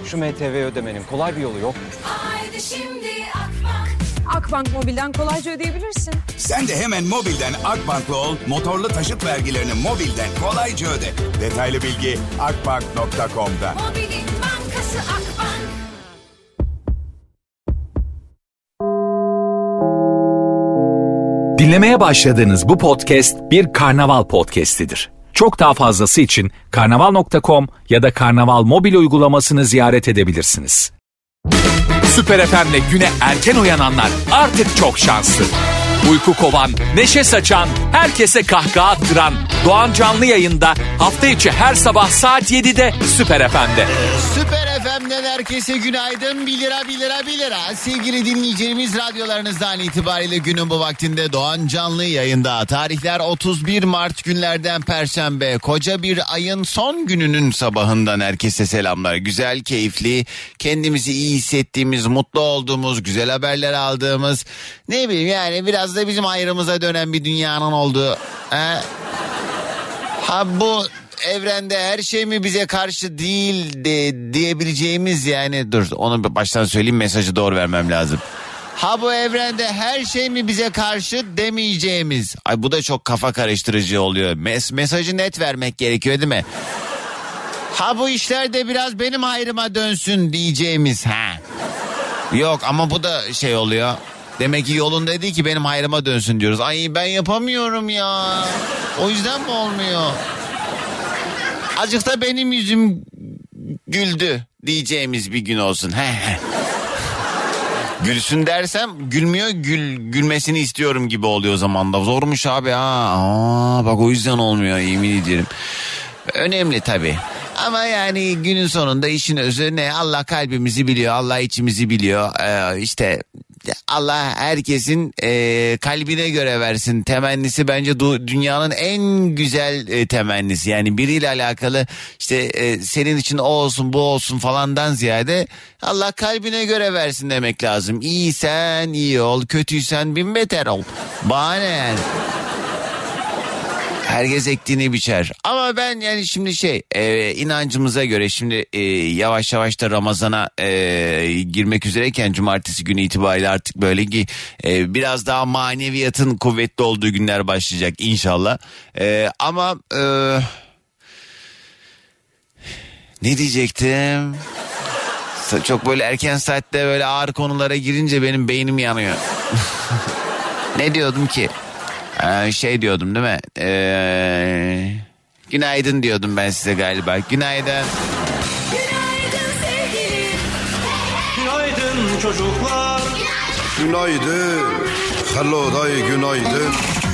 Şu MTV ödemenin kolay bir yolu yok. Haydi şimdi Akbank Mobil'den kolayca ödeyebilirsin. Sen de hemen mobilden Akbank'la ol, motorlu taşıt vergilerini mobilden kolayca öde. Detaylı bilgi akbank.com'da. Mobilin bankası Akbank. Dinlemeye başladığınız bu podcast bir Karnaval podcastidir. Çok daha fazlası için karnaval.com ya da Karnaval mobil uygulamasını ziyaret edebilirsiniz. Süper FM'le güne erken uyananlar artık çok şanslı. Uyku kovan, neşe saçan, herkese kahkaha attıran Doğan Canlı Yayında hafta içi her sabah saat 7'de Süper FM'de. Süper FM'den herkese günaydın. 1 lira 1 lira 1 lira. Sevgili dinleyicilerimiz, radyolarınızdan itibariyle günün bu vaktinde Doğan Canlı Yayında. Tarihler 31 Mart, günlerden Perşembe. Koca bir ayın son gününün sabahından herkese selamlar. Güzel, keyifli, kendimizi iyi hissettiğimiz, mutlu olduğumuz, güzel haberler aldığımız, ne bileyim yani biraz da bizim ayrımıza dönen bir dünyanın olduğu. Bu evrende her şey mi bize karşı değil de diyebileceğimiz, yani dur onu baştan söyleyeyim, mesajı doğru vermem lazım. Bu evrende her şey mi bize karşı demeyeceğimiz. Ay bu da çok kafa karıştırıcı oluyor. Mesajı net vermek gerekiyor değil mi? Bu işler de biraz benim hayrıma dönsün diyeceğimiz. Yok ama bu da şey oluyor. Demek ki yolunda değil ki benim hayrıma dönsün diyoruz. Ay ben yapamıyorum ya. O yüzden mi olmuyor? Azıcık da benim yüzüm güldü diyeceğimiz bir gün olsun. Gülsün dersem gülmüyor, gülmesini istiyorum gibi oluyor o zaman da. Zormuş abi bak o yüzden olmuyor, yemin ederim. Önemli tabii. Ama yani günün sonunda işin özü ne? Allah kalbimizi biliyor, Allah içimizi biliyor. İşte Allah herkesin kalbine göre versin temennisi bence dünyanın en güzel temennisi. Yani biriyle alakalı işte senin için o olsun bu olsun falandan ziyade Allah kalbine göre versin demek lazım. İyisen iyi ol, kötüysen bin beter ol. Bahane yani. Herkes ektiğini biçer. Ama ben yani şimdi inancımıza göre şimdi yavaş yavaş da Ramazan'a girmek üzereyken cumartesi günü itibariyle artık böyle ki biraz daha maneviyatın kuvvetli olduğu günler başlayacak inşallah. Ama ne diyecektim? Çok böyle erken saatte böyle ağır konulara girince benim beynim yanıyor. Ne diyordum ki? Diyordum değil mi? Günaydın diyordum ben size galiba. Günaydın. Günaydın sevgilim. Günaydın çocuklar. Günaydın. Hello day, günaydın.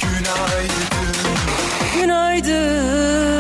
Günaydın.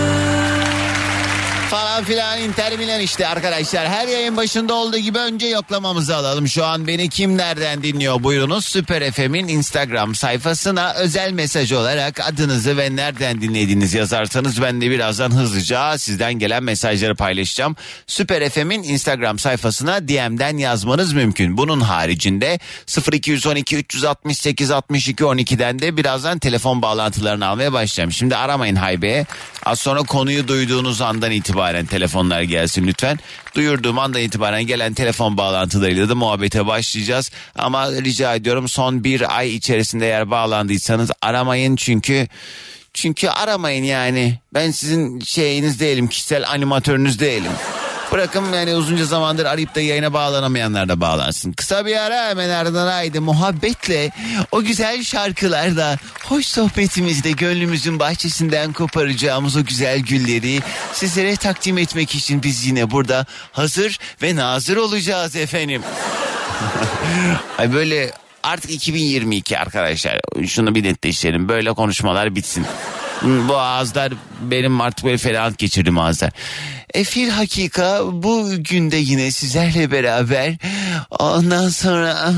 Falan filan intermilen işte arkadaşlar. Her yayın başında olduğu gibi önce yoklamamızı alalım. Şu an beni kim nereden dinliyor buyurunuz. Süper FM'in Instagram sayfasına özel mesaj olarak adınızı ve nereden dinlediğinizi yazarsanız ben de birazdan hızlıca sizden gelen mesajları paylaşacağım. Süper FM'in Instagram sayfasına DM'den yazmanız mümkün. Bunun haricinde 0212 368 62 12'den de birazdan telefon bağlantılarını almaya başlayacağım. Şimdi aramayın haybeye. Az sonra konuyu duyduğunuz andan itibaren telefonlar gelsin lütfen. Duyurduğum andan itibaren gelen telefon bağlantılarıyla da muhabbete başlayacağız. Ama rica ediyorum son bir ay içerisinde eğer bağlandıysanız aramayın çünkü aramayın yani. Ben sizin şeyiniz değilim, kişisel animatörünüz değilim. Bırakın yani uzunca zamandır arayıp da yayına bağlanamayanlar da bağlansın. Kısa bir ara, hemen ardından haydi muhabbetle o güzel şarkılarda, hoş sohbetimizde gönlümüzün bahçesinden koparacağımız o güzel gülleri sizlere takdim etmek için biz yine burada hazır ve nazır olacağız efendim. Ay böyle artık 2022 arkadaşlar, şunu bir netleştirelim, böyle konuşmalar bitsin. Bu ağızlar benim artık böyle fenalık geçirdim ağızlar. Fil hakika bu günde yine sizlerle beraber ondan sonra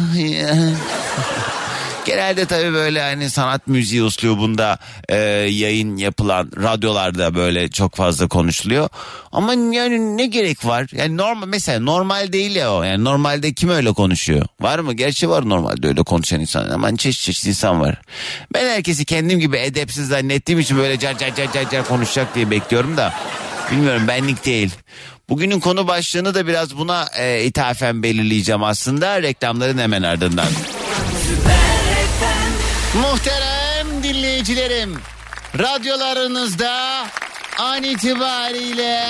genelde tabii böyle hani sanat müziği üslubunda yayın yapılan radyolarda böyle çok fazla konuşuluyor. Ama yani ne gerek var? Yani normal, mesela normal değil ya o. Yani normalde kim öyle konuşuyor? Var mı? Gerçi var normalde öyle konuşan insan. Ama çeşit insan var. Ben herkesi kendim gibi edepsiz zannettiğim için böyle car konuşacak diye bekliyorum da. Bilmiyorum, benlik değil. Bugünün konu başlığını da biraz buna ithafen belirleyeceğim aslında reklamların hemen ardından. Muhterem dinleyicilerim, radyolarınızda an itibariyle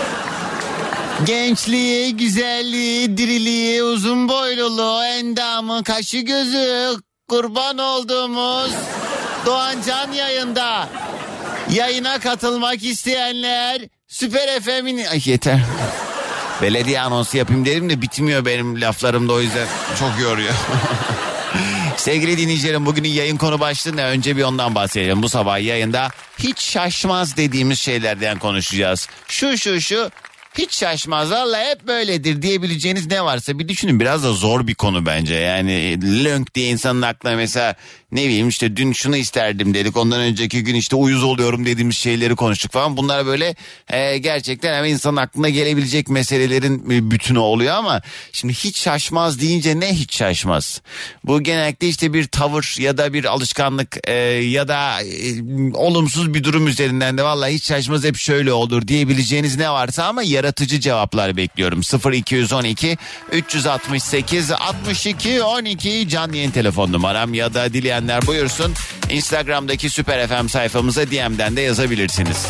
gençliği, güzelliği, diriliği, uzun boyluluğu, endamı, kaşı gözü kurban olduğumuz Doğan Can yayında. Yayına katılmak isteyenler Süper FM'in... Ay yeter. Belediye anonsu yapayım dedim de bitmiyor benim laflarım da, o yüzden çok yoruyor. Sevgili dinleyicilerim, bugünün yayın konu başlığı ne? Önce bir ondan bahsedelim. Bu sabah yayında hiç şaşmaz dediğimiz şeylerden konuşacağız. Şu hiç şaşmaz, vallahi hep böyledir diyebileceğiniz ne varsa bir düşünün. Biraz da zor bir konu bence. Yani lönk diye insanın aklına mesela ne bileyim işte dün şunu isterdim dedik, ondan önceki gün işte uyuz oluyorum dediğimiz şeyleri konuştuk falan. Bunlar böyle gerçekten hemen insanın aklına gelebilecek meselelerin bütünü oluyor ama şimdi hiç şaşmaz deyince ne hiç şaşmaz? Bu genellikle işte bir tavır ya da bir alışkanlık ya da olumsuz bir durum üzerinden de vallahi hiç şaşmaz hep şöyle olur diyebileceğiniz ne varsa ama yaratıcı cevaplar bekliyorum. 0212 368 62 12 canlı yayın telefon numaram ya da dileyenler buyursun. Instagram'daki Süper FM sayfamıza DM'den de yazabilirsiniz.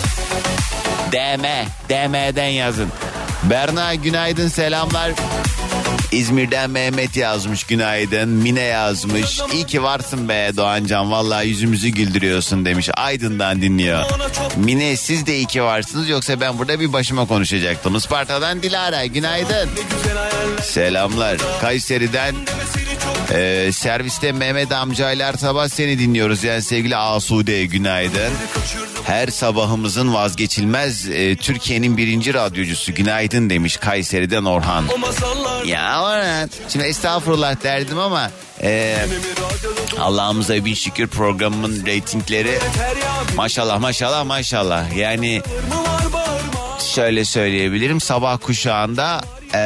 DM'den yazın. Berna günaydın, selamlar. İzmir'den Mehmet yazmış günaydın. Mine yazmış. İyi ki varsın be Doğancan, vallahi yüzümüzü güldürüyorsun demiş. Aydın'dan dinliyor. Mine siz de iyi ki varsınız, yoksa ben burada bir başıma konuşacaktım. Isparta'dan Dilara günaydın. Selamlar. Kayseri'den serviste Mehmet amcaylar sabah seni dinliyoruz. Yani sevgili Asude günaydın. Her sabahımızın vazgeçilmez Türkiye'nin birinci radyocusu günaydın demiş Kayseri'den Orhan. Ya Orhan, şimdi estağfurullah derdim ama Allah'ımıza bin şükür programın reytingleri maşallah yani şöyle söyleyebilirim, sabah kuşağında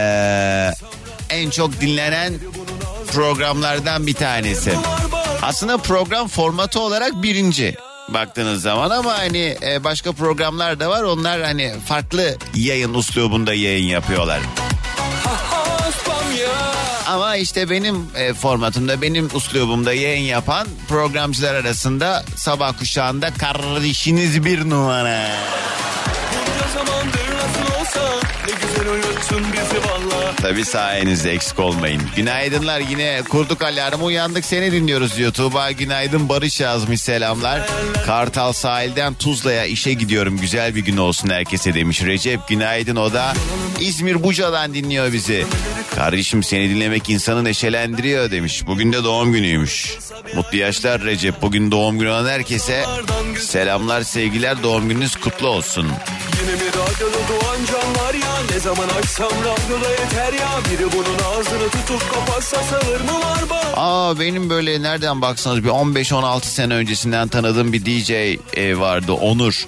en çok dinlenen programlardan bir tanesi. Aslında program formatı olarak birinci baktığınız zaman ama hani başka programlar da var, onlar hani farklı yayın üslubunda yayın yapıyorlar. Ama işte benim formatımda, benim üslubumda yayın yapan programcılar arasında sabah kuşağında kardeşiniz bir numara. Tabii sayenizde eksik olmayın. Günaydınlar, yine kurduk alarmı, uyandık seni dinliyoruz diyor. Tuğba günaydın, Barış yazmış selamlar. Kartal sahilden Tuzla'ya işe gidiyorum, güzel bir gün olsun herkese demiş. Recep günaydın, o da İzmir Buca'dan dinliyor bizi. Kardeşim seni dinlemek insanı neşelendiriyor demiş. Bugün de doğum günüymüş. Mutlu yaşlar Recep. Bugün doğum günü olan herkese selamlar, sevgiler, doğum gününüz kutlu olsun. Yine bir radyoda Doğan Can var ya, ne zaman açsam radyoda yeter ya, biri bunun ağzını tutup kapatsa sağır mı var bak. Benim böyle nereden baksanız bir 15-16 sene öncesinden tanıdığım bir DJ vardı, Onur.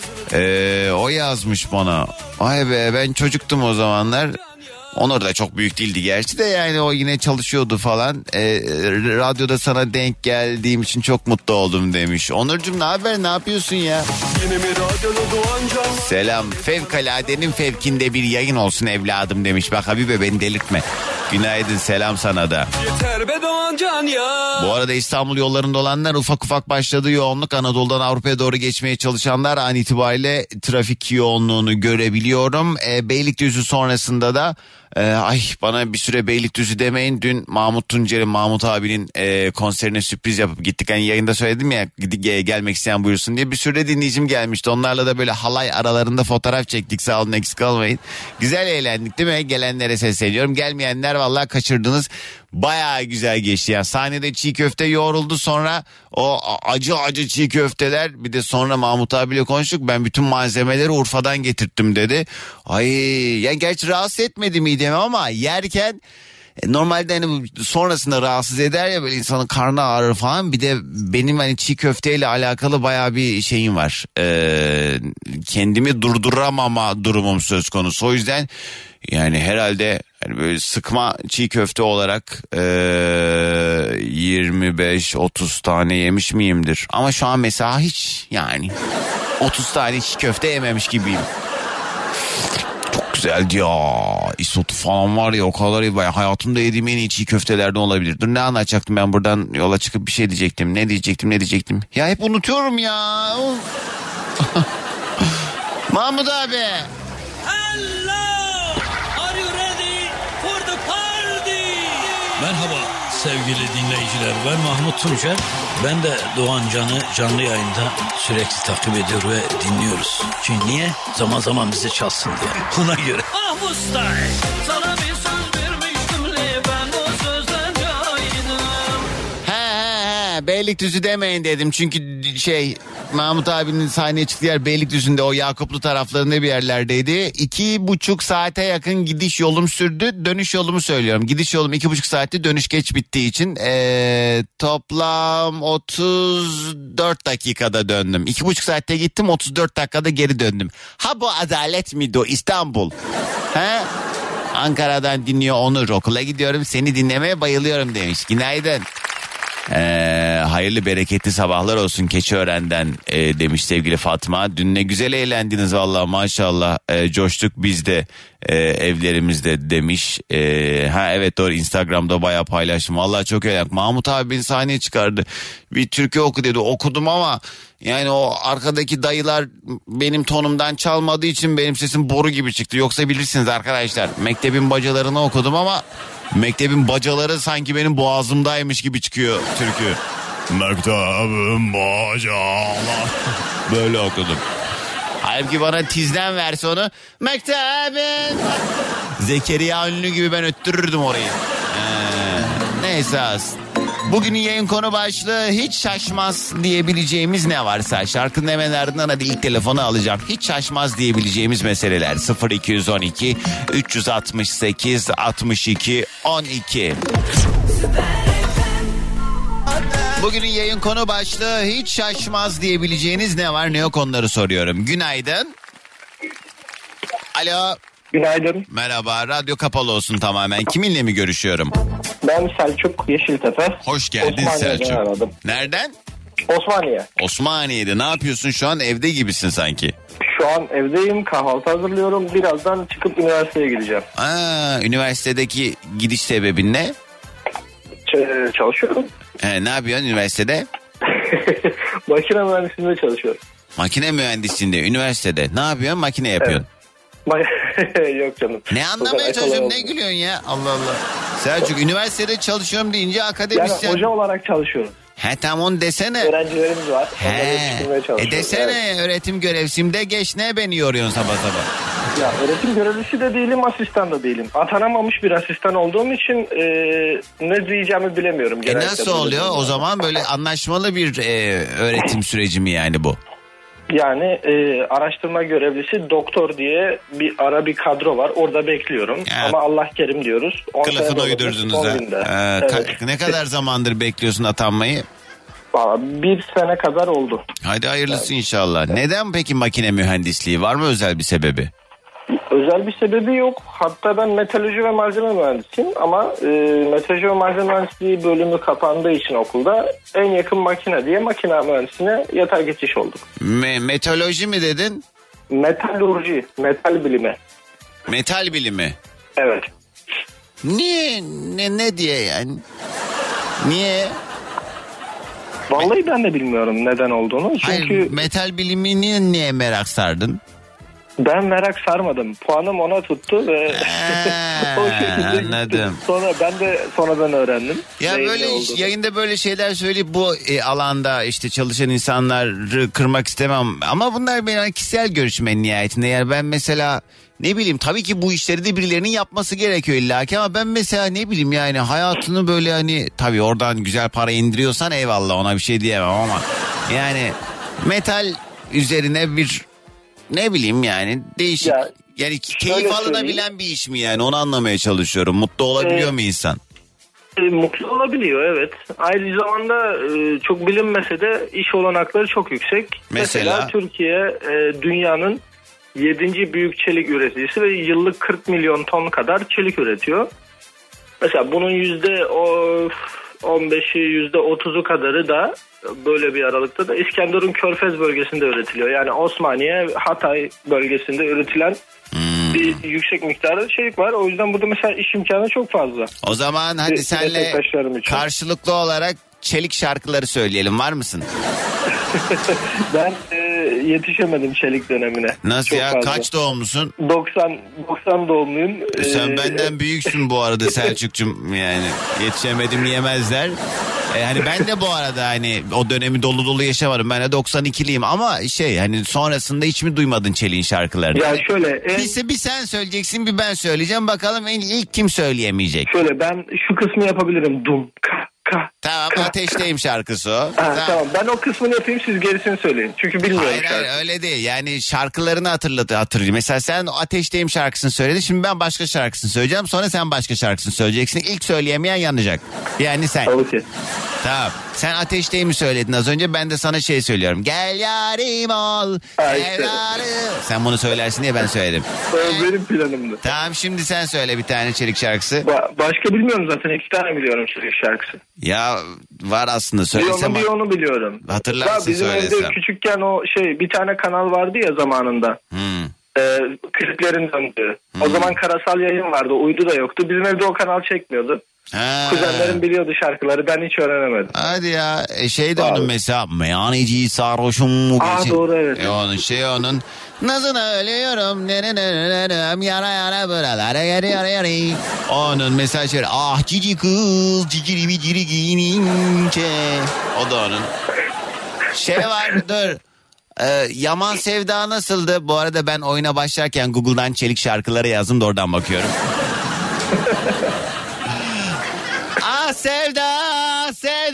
O yazmış bana. Ay be, ben çocuktum o zamanlar. Onur da çok büyük değildi gerçi de, yani o yine çalışıyordu falan. Radyoda sana denk geldiğim için çok mutlu oldum demiş. Onurcuğum ne haber, ne yapıyorsun ya? Yine mi radyoda Doğan Can? Selam, fevkaladenin fevkinde bir yayın olsun evladım demiş. Bak Habibe, beni delirtme. Günaydın, selam sana da. Yeter be Doğan Can ya. Bu arada İstanbul yollarında olanlar, ufak ufak başladı yoğunluk. Anadolu'dan Avrupa'ya doğru geçmeye çalışanlar an itibariyle trafik yoğunluğunu görebiliyorum. Beylikdüzü sonrasında da bana bir süre Beylikdüzü demeyin. Dün Mahmut Tuncer'in, Mahmut abinin konserine sürpriz yapıp gittik. Hani yayında söyledim ya, gelmek isteyen buyursun diye. Bir süre dinleyicim gelmişti. Onlarla da böyle halay aralarında fotoğraf çektik. Sağ olun, eksik olmayın. Güzel eğlendik değil mi? Gelenlere sesleniyorum. Gelmeyenler vallahi kaçırdınız. Bayağı güzel geçti ya. Sahnede çiğ köfte yoğruldu, sonra o acı çiğ köfteler, bir de sonra Mahmut abiyle konuştuk. Ben bütün malzemeleri Urfa'dan getirttim dedi. Ay ya, gerçi rahatsız etmedi midemi ama yerken normalde hani sonrasında rahatsız eder ya, böyle insanın karnı ağrır falan. Bir de benim hani çiğ köfteyle alakalı bayağı bir şeyim var. Kendimi durduramama durumum söz konusu. O yüzden yani herhalde hani böyle sıkma çiğ köfte olarak 25-30 tane yemiş miyimdir? Ama şu an mesela hiç, yani 30 tane çiğ köfte yememiş gibiyim. Çok güzeldi ya. Isotu falan var ya, o kadar iyi. Ben hayatımda yediğim en iyi çiğ köftelerden olabilir. Dur, ne anlatacaktım ben buradan, yola çıkıp bir şey diyecektim. Ne diyecektim? Ya hep unutuyorum ya. Mahmut abi. Hello! Are you ready for the party? Merhaba sevgili dinleyiciler. Ben Mahmut Tuncer. Ben de Doğan Can'ı canlı yayında sürekli takip ediyor ve dinliyoruz. Çünkü niye? Zaman zaman bizi çalsın diye. Ona göre. Ah bu style. Sana bir söz vermiştim. Ben o sözden caydım. He, Beylikdüzü demeyin dedim. Çünkü Mahmut abinin sahneye çıktığı yer Beylikdüzü'nde, o Yakuplu taraflarında bir yerlerdeydi. 2,5 saate yakın gidiş yolum sürdü. Dönüş yolumu söylüyorum. Gidiş yolum 2,5 saatti. Dönüş geç bittiği için toplam 34 dakikada döndüm. 2,5 saatte gittim, 34 dakikada geri döndüm. Ha bu adalet miydi o İstanbul? He? Ankara'dan dinliyor Onur. Okula gidiyorum, seni dinlemeye bayılıyorum demiş. Günaydın. Hayırlı bereketli sabahlar olsun Keçiören'den demiş sevgili Fatma. Dün ne güzel eğlendiniz vallahi, maşallah. Coştuk biz de evlerimizde demiş. Evet doğru, Instagram'da bayağı paylaştım. Vallahi çok eğlendik. Mahmut abi beni sahneye çıkardı. Bir türkü oku dedi. Okudum ama yani o arkadaki dayılar benim tonumdan çalmadığı için benim sesim boru gibi çıktı. Yoksa bilirsiniz arkadaşlar, mektebin bacalarını okudum ama mektebin bacaları sanki benim boğazımdaymış gibi çıkıyor türkü. Mektebin bacalar. Böyle okudum. Halbuki bana Tizden verse onu, mektebin Zekeriya Ünlü gibi ben öttürürdüm orayı. Neyse az. Bugünün yayın konu başlığı hiç şaşmaz diyebileceğimiz ne varsa. Şarkının hemen ardından hadi ilk telefonu alacağım. Hiç şaşmaz diyebileceğimiz meseleler. 0212 368 62 12. Bugünün yayın konu başlığı hiç şaşmaz diyebileceğiniz ne var ne yok, onları soruyorum. Günaydın. Alo. Günaydın. Merhaba, radyo kapalı olsun tamamen. Kiminle mi görüşüyorum? Ben Selçuk Yeşiltepe. Hoş geldin Selçuk. Aradım. Nereden? Osmaniye. Osmaniye'de ne yapıyorsun şu an? Evde gibisin sanki. Şu an evdeyim, kahvaltı hazırlıyorum. Birazdan çıkıp üniversiteye gideceğim. Üniversitedeki gidiş sebebin ne? Çalışıyorum. Ne yapıyorsun üniversitede? Makine mühendisliğinde çalışıyorum. Makine mühendisliğinde üniversitede ne yapıyorsun? Makine yapıyorsun. Evet. Yok canım. Ne anlamaya çalışıyorum, ne gülüyorsun ya? Allah Allah. Selçuk, üniversitede çalışıyorum deyince akademisyen. Yani hoca olarak çalışıyorum. Tamam, onu desene. Öğrencilerimiz var. Desene evet. Öğretim görevlisimde geç, ne beni yoruyorsun sabah sabah? Ya öğretim görevlisi de değilim, asistan da değilim. Atanamamış bir asistan olduğum için ne diyeceğimi bilemiyorum. Nasıl oluyor o zaman, böyle anlaşmalı bir öğretim süreci mi yani bu? Yani araştırma görevlisi doktor diye bir kadro var. Orada bekliyorum. Ya. Ama Allah kerim diyoruz. Kılıfını uydurdunuz ha. Evet. Ne kadar zamandır bekliyorsun atanmayı? Bir sene kadar oldu. Hadi hayırlısı inşallah. Neden peki makine mühendisliği? Var mı özel bir sebebi? Özel bir sebebi yok. Hatta ben metalurji ve malzeme mühendisiyim ama metalurji ve malzeme mühendisliği bölümü kapandığı için okulda en yakın makine diye makine mühendisliğine yatay geçiş olduk. Metalurji mi dedin? Metalurji, metal bilimi. Metal bilimi? Evet. Niye? Ne diye yani? Niye? Vallahi ben de bilmiyorum neden olduğunu. Çünkü hayır, metal bilimini niye merak sardın? Ben merak sarmadım. Puanım ona tuttu ve o şekilde anladım. Sonra ben de sonradan öğrendim. Ya böyle yayında böyle şeyler söyleyip bu alanda işte çalışan insanları kırmak istemem. Ama bunlar benim kişisel görüşüm en nihayetinde. Yani ben mesela ne bileyim, tabii ki bu işleri de birilerinin yapması gerekiyor illaki ama ben mesela ne bileyim yani hayatını böyle hani tabii oradan güzel para indiriyorsan eyvallah, ona bir şey diyemem ama yani metal üzerine bir ne bileyim yani değişik ya, yani keyif alınabilen bir iş mi yani, onu anlamaya çalışıyorum. Mutlu olabiliyor mu insan? Mutlu olabiliyor evet. Aynı zamanda çok bilinmese de iş olanakları çok yüksek. Mesela Türkiye dünyanın 7. büyük çelik üreticisi ve yıllık 40 milyon ton kadar çelik üretiyor. Mesela bunun %15'i %30'u kadarı da böyle bir aralıkta da İskenderun Körfez bölgesinde üretiliyor. Yani Osmaniye, Hatay bölgesinde üretilen Bir yüksek miktarda çelik var. O yüzden burada mesela iş imkanı çok fazla. O zaman hadi senle karşılıklı olarak çelik şarkıları söyleyelim. Var mısın? Ben yetişemedim çelik dönemine. Nasıl çok ya? fazla. Kaç doğumlusun? 90 doğumluyum. Sen benden büyüksün bu arada Selçuk'cum. Yani yetişemedim yemezler. Hani ben de bu arada hani o dönemi dolu dolu yaşamadım. Ben de 92'liyim ama hani sonrasında hiç mi duymadın Çelik'in şarkılarını? Ya şöyle. Bir sen söyleyeceksin, bir ben söyleyeceğim. Bakalım ilk kim söyleyemeyecek? Şöyle, ben şu kısmı yapabilirim. Dum ka. Tamam, Ateşteyim şarkısı o. Tamam, ben o kısmını yapayım, siz gerisini söyleyin. Çünkü bilmiyorum. Hayır öyle değil. Yani şarkılarını hatırlayayım. Mesela sen Ateşteyim şarkısını söyledin. Şimdi ben başka şarkısını söyleyeceğim. Sonra sen başka şarkısını söyleyeceksin. İlk söyleyemeyen yanacak. Yani sen. Okay. Tamam. Sen Ateşteyim'i söyledin az önce. Ben de sana söylüyorum. Gel yarim ol. İşte. Sen bunu söylersin diye ben söyledim. O benim planımdı. Tamam, şimdi sen söyle bir tane Çelik şarkısı. Başka bilmiyorum zaten. 2 tane biliyorum Çelik şarkısı. Ya var aslında, söylesem. Bir onu biliyorum. Hatırlarsın bizim söylesem. Evde küçükken o bir tane kanal vardı ya zamanında. Kliplerin döndüğü. O zaman karasal yayın vardı. Uydu da yoktu. Bizim evde o kanal çekmiyordu. Kuzenlerim biliyordu şarkıları. Ben hiç öğrenemedim. Hadi ya. De onun mesela meyhaneci sarhoşum mu? Doğru, evet. Onun nazına ölüyorum. Yara buralara yarı. Onun mesela cici kız ciciri biciri giyinince. O da onun. Var dur. Yaman Sevda nasıldı? Bu arada ben oyuna başlarken Google'dan Çelik şarkıları yazdım da oradan bakıyorum. Sevda.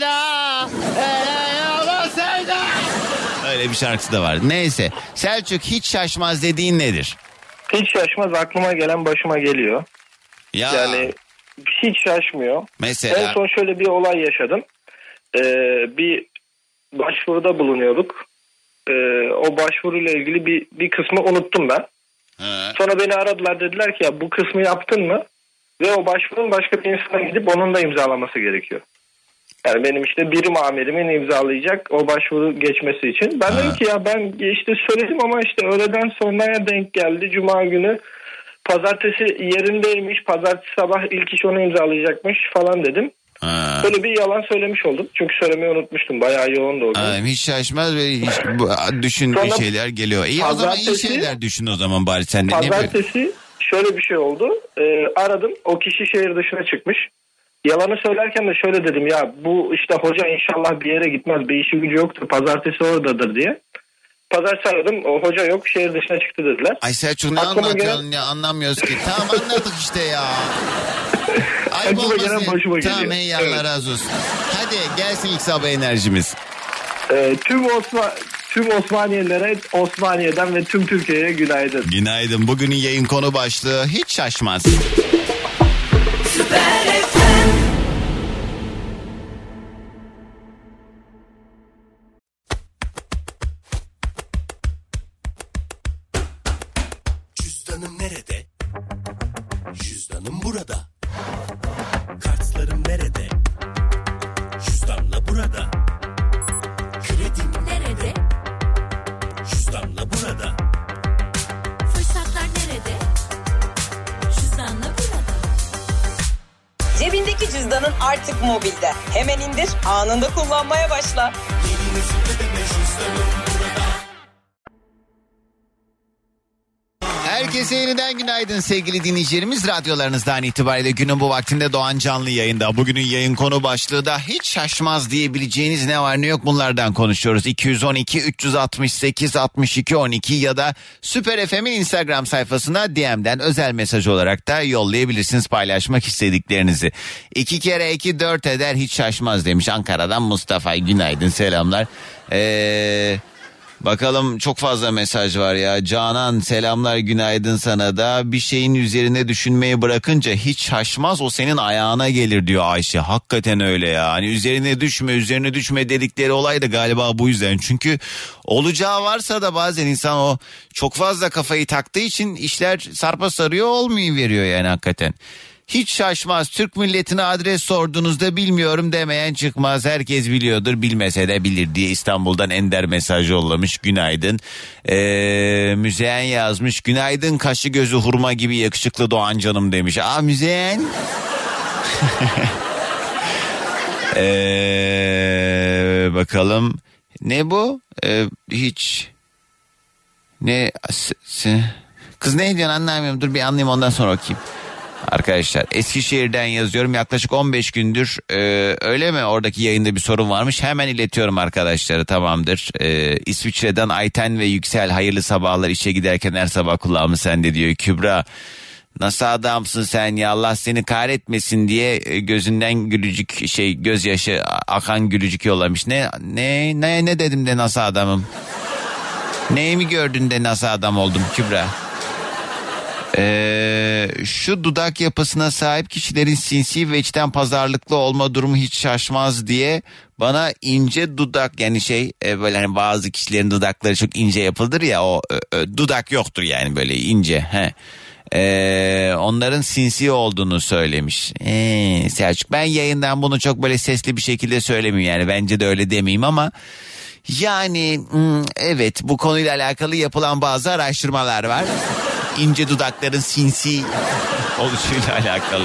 Sevda. Öyle bir şarkısı da var. Neyse. Selçuk, hiç şaşmaz dediğin nedir? Hiç şaşmaz, aklıma gelen başıma geliyor. Ya. Yani hiç şaşmıyor. Mesela. En son şöyle bir olay yaşadım. Bir başvuruda bulunuyorduk. O başvuruyla ilgili bir kısmı unuttum ben. Sonra beni aradılar, dediler ki ya bu kısmı yaptın mı? Ve o başvurun başka bir insana gidip onun da imzalaması gerekiyor. Yani benim birim amirimin imzalayacak o başvuru geçmesi için. Ben dedim ki ya ben söyledim ama öğleden sonraya denk geldi. Cuma günü pazartesi yerindeymiş. Pazartesi sabah ilk iş onu imzalayacakmış falan dedim. Böyle bir yalan söylemiş oldum. Çünkü söylemeyi unutmuştum. Bayağı yoğundu o gün. Hiç şaşmaz ve düşündüğü şeyler geliyor. O zaman iyi şeyler düşün o zaman bari sen de. Pazartesi şöyle bir şey oldu. Aradım. O kişi şehir dışına çıkmış. Yalanı söylerken de şöyle dedim ya bu hoca inşallah bir yere gitmez. Bir işi gücü yoktur. Pazartesi oradadır diye. Pazartesi aradım. O hoca yok. Şehir dışına çıktı dediler. Ay Selçuk, ne anlatıyorsun ya, anlamıyoruz ki. Tamam anlattık ya. Ayıp olmasın. Tamam, ey Allah razı olsun. Hadi gelsin ilk sabah enerjimiz. Tüm Osmaniyelilere Osmaniye'den ve tüm Türkiye'ye günaydın. Günaydın. Bugünün yayın konu başlığı hiç şaşmaz. Cüzdanım nerede? Cüzdanım burada. Kartlarım nerede? Cüzdanla burada. Kredim nerede? Cüzdanla burada. Fırsatlar nerede? Cüzdanla burada. Cebindeki cüzdanın artık mobilde. Hemen indir, anında kullanmaya başla. Yeni nesilde de cüzdanım burada. Herkese yeniden günaydın sevgili dinleyicilerimiz. Radyolarınızdan itibariyle günün bu vaktinde Doğan canlı yayında. Bugünün yayın konu başlığı da hiç şaşmaz diyebileceğiniz ne var ne yok bunlardan konuşuyoruz. 212 368 62 12 ya da Süper FM'in Instagram sayfasına DM'den özel mesaj olarak da yollayabilirsiniz paylaşmak istediklerinizi. 2 kere 2 4 eder, hiç şaşmaz demiş Ankara'dan Mustafa. Günaydın, selamlar. Bakalım, çok fazla mesaj var ya. Canan selamlar, günaydın sana da. Bir şeyin üzerine düşünmeyi bırakınca hiç şaşmaz, o senin ayağına gelir diyor Ayşe. Hakikaten öyle ya. Hani üzerine düşme dedikleri olay da galiba bu yüzden. Çünkü olacağı varsa da bazen insan o çok fazla kafayı taktığı için işler sarpa sarıyor, olmuyor veriyor yani hakikaten. Hiç şaşmaz. Türk milletine adres sorduğunuzda bilmiyorum demeyen çıkmaz. Herkes biliyordur, bilmese de bilir diye İstanbul'dan Ender mesaj yollamış. Günaydın. Müzeyyen yazmış. Günaydın kaşı gözü hurma gibi yakışıklı Doğan canım demiş. Müzeyyen. Bakalım. Ne bu? Hiç. Ne? Kız ne diyorsun anlamıyorum. Dur bir anlayayım ondan sonra okuyayım. Arkadaşlar Eskişehir'den yazıyorum. Yaklaşık 15 gündür öyle mi? Oradaki yayında bir sorun varmış. Hemen iletiyorum arkadaşları, tamamdır. İsviçre'den Ayten ve Yüksel hayırlı sabahlar, işe giderken her sabah kulağımı sende diyor. Kübra nasıl adamsın sen ya, Allah seni kahretmesin diye gözünden gülücük gözyaşı akan gülücük yollamış. Ne dedim de nasıl adamım? Neyi mi gördün de nasıl adam oldum Kübra? Şu dudak yapısına sahip kişilerin sinsi ve içten pazarlıklı olma durumu hiç şaşmaz diye bana ince dudak, yani böyle hani bazı kişilerin dudakları çok ince yapılır ya, o dudak yoktur yani, böyle ince. Onların sinsi olduğunu söylemiş. Selçuk, ben yayından bunu çok böyle sesli bir şekilde söylemeyeyim, yani bence de öyle demeyeyim ama yani evet, bu konuyla alakalı yapılan bazı araştırmalar var. İnce dudakların sinsi oluşuyla alakalı.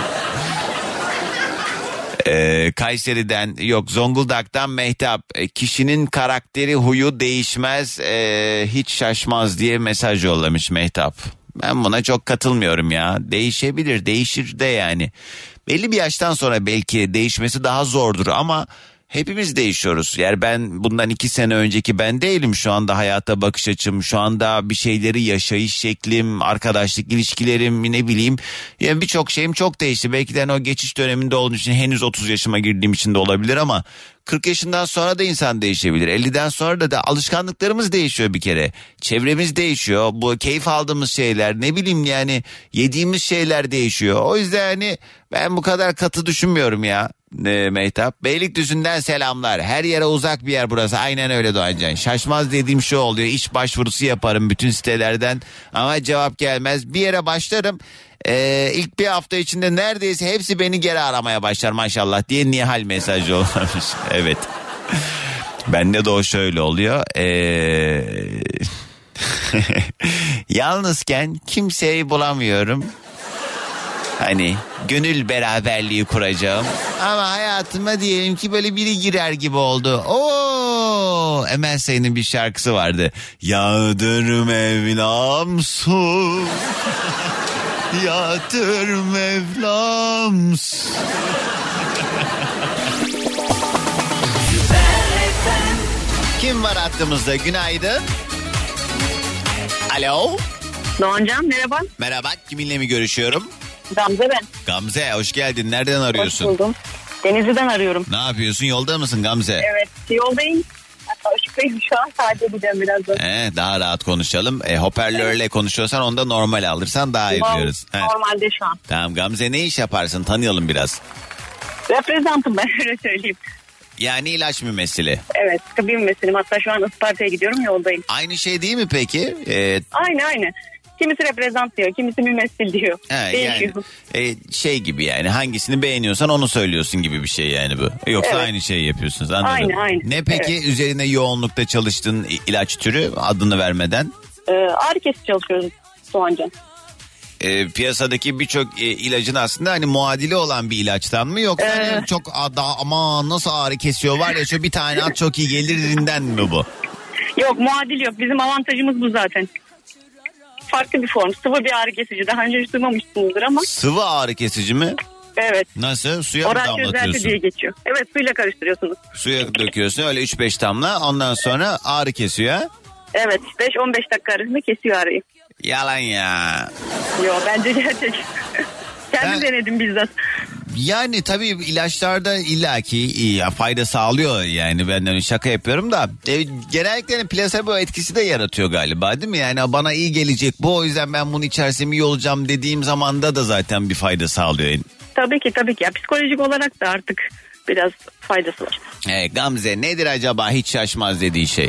Kayseri'den Zonguldak'tan Mehtap, kişinin karakteri huyu değişmez, hiç şaşmaz diye mesaj yollamış Mehtap. Ben buna çok katılmıyorum ya. Değişebilir, değişir de yani. Belli bir yaştan sonra belki değişmesi daha zordur ama hepimiz değişiyoruz. Yani ben bundan 2 sene önceki ben değilim. Şu anda hayata bakış açım, şu anda bir şeyleri yaşayış şeklim, arkadaşlık ilişkilerim, ne bileyim. Yani birçok şeyim çok değişti. Belki de o geçiş döneminde olduğum için, henüz 30 yaşıma girdiğim için de olabilir ama 40 yaşından sonra da insan değişebilir. 50'den sonra da alışkanlıklarımız değişiyor bir kere. Çevremiz değişiyor. Bu keyif aldığımız şeyler, ne bileyim yani yediğimiz şeyler değişiyor. O yüzden hani ben bu kadar katı düşünmüyorum ya. Mehtap. Beylikdüzü'nden selamlar. Her yere uzak bir yer burası. Aynen öyle Doğancan. Şaşmaz dediğim şu oluyor. İş başvurusu yaparım bütün sitelerden ama cevap gelmez. Bir yere başlarım. İlk bir hafta içinde neredeyse hepsi beni geri aramaya başlar maşallah diye Nihal mesajı olmuş. Evet. Bende de o şöyle oluyor. Yalnızken kimseyi bulamıyorum. Hani gönül beraberliği kuracağım. Ama hayatıma diyelim ki böyle biri girer gibi oldu. Emel Sayın'ın bir şarkısı vardı. Yağdır Mevlam su. Yağdır Mevlam su. Kim var hattımızda? Günaydın. Alo. Doğancan merhaba. Merhaba, kiminle mi görüşüyorum? Gamze ben. Gamze hoş geldin. Nereden arıyorsun? Hoş buldum. Denizli'den arıyorum. Ne yapıyorsun? Yolda mısın Gamze? Evet, yoldayım. Hatta ışıktayım şu an. Sadece gideceğim birazdan. Daha rahat konuşalım. Hoparlörle konuşuyorsan onu da normal alırsan daha iyi diyoruz. Normalde şu an. Tamam Gamze, ne iş yaparsın? Tanıyalım biraz. Reprezentım ben, öyle söyleyeyim. Yani ilaç mümessili. Evet, tıbbi mümessilim. Hatta şu an Isparta'ya gidiyorum, yoldayım. Aynı şey değil mi peki? Aynı. Kimisi reprezent diyor, kimisi mümessil diyor. Değişiyor. Yani, şey gibi yani, hangisini beğeniyorsan onu söylüyorsun gibi bir şey yani bu. Yoksa evet, aynı şeyi yapıyorsunuz, anladım. Aynı. Ne peki evet, üzerine yoğunlukta çalıştığın ilaç türü, adını vermeden? Ağrı kesici çalışıyoruz Doğancan. Piyasadaki birçok ilacın aslında hani muadili olan bir ilaçtan mı, yoksa hani çok ama nasıl ağrı kesiyor var ya, şu bir tane at çok iyi gelirinden mi bu? Yok, muadil yok, bizim avantajımız bu zaten. Farklı bir form, sıvı bir ağrı kesici. Daha önce hiç duymamışsınızdır ama. Sıvı ağrı kesici mi? Evet. Nasıl? Suya mı damlatıyorsun? Oral çözelti diye geçiyor. Evet, suyla karıştırıyorsunuz. Suya döküyorsun öyle 3-5 damla, ondan sonra ağrı kesiyor ha? Evet, 5-15 dakika arasında kesiyor ağrıyı. Yalan ya. Yo, bence gerçek. Kendim denedim bizzat. Yani tabii ilaçlarda illaki fayda sağlıyor yani, ben şaka yapıyorum da genellikle plasebo etkisi de yaratıyor galiba, değil mi? Yani bana iyi gelecek bu, o yüzden ben bunu içersem iyi olacağım dediğim zamanda da zaten bir fayda sağlıyor. Tabii ki. Ya, psikolojik olarak da artık biraz faydası var. Gamze, nedir acaba hiç şaşmaz dediği şey?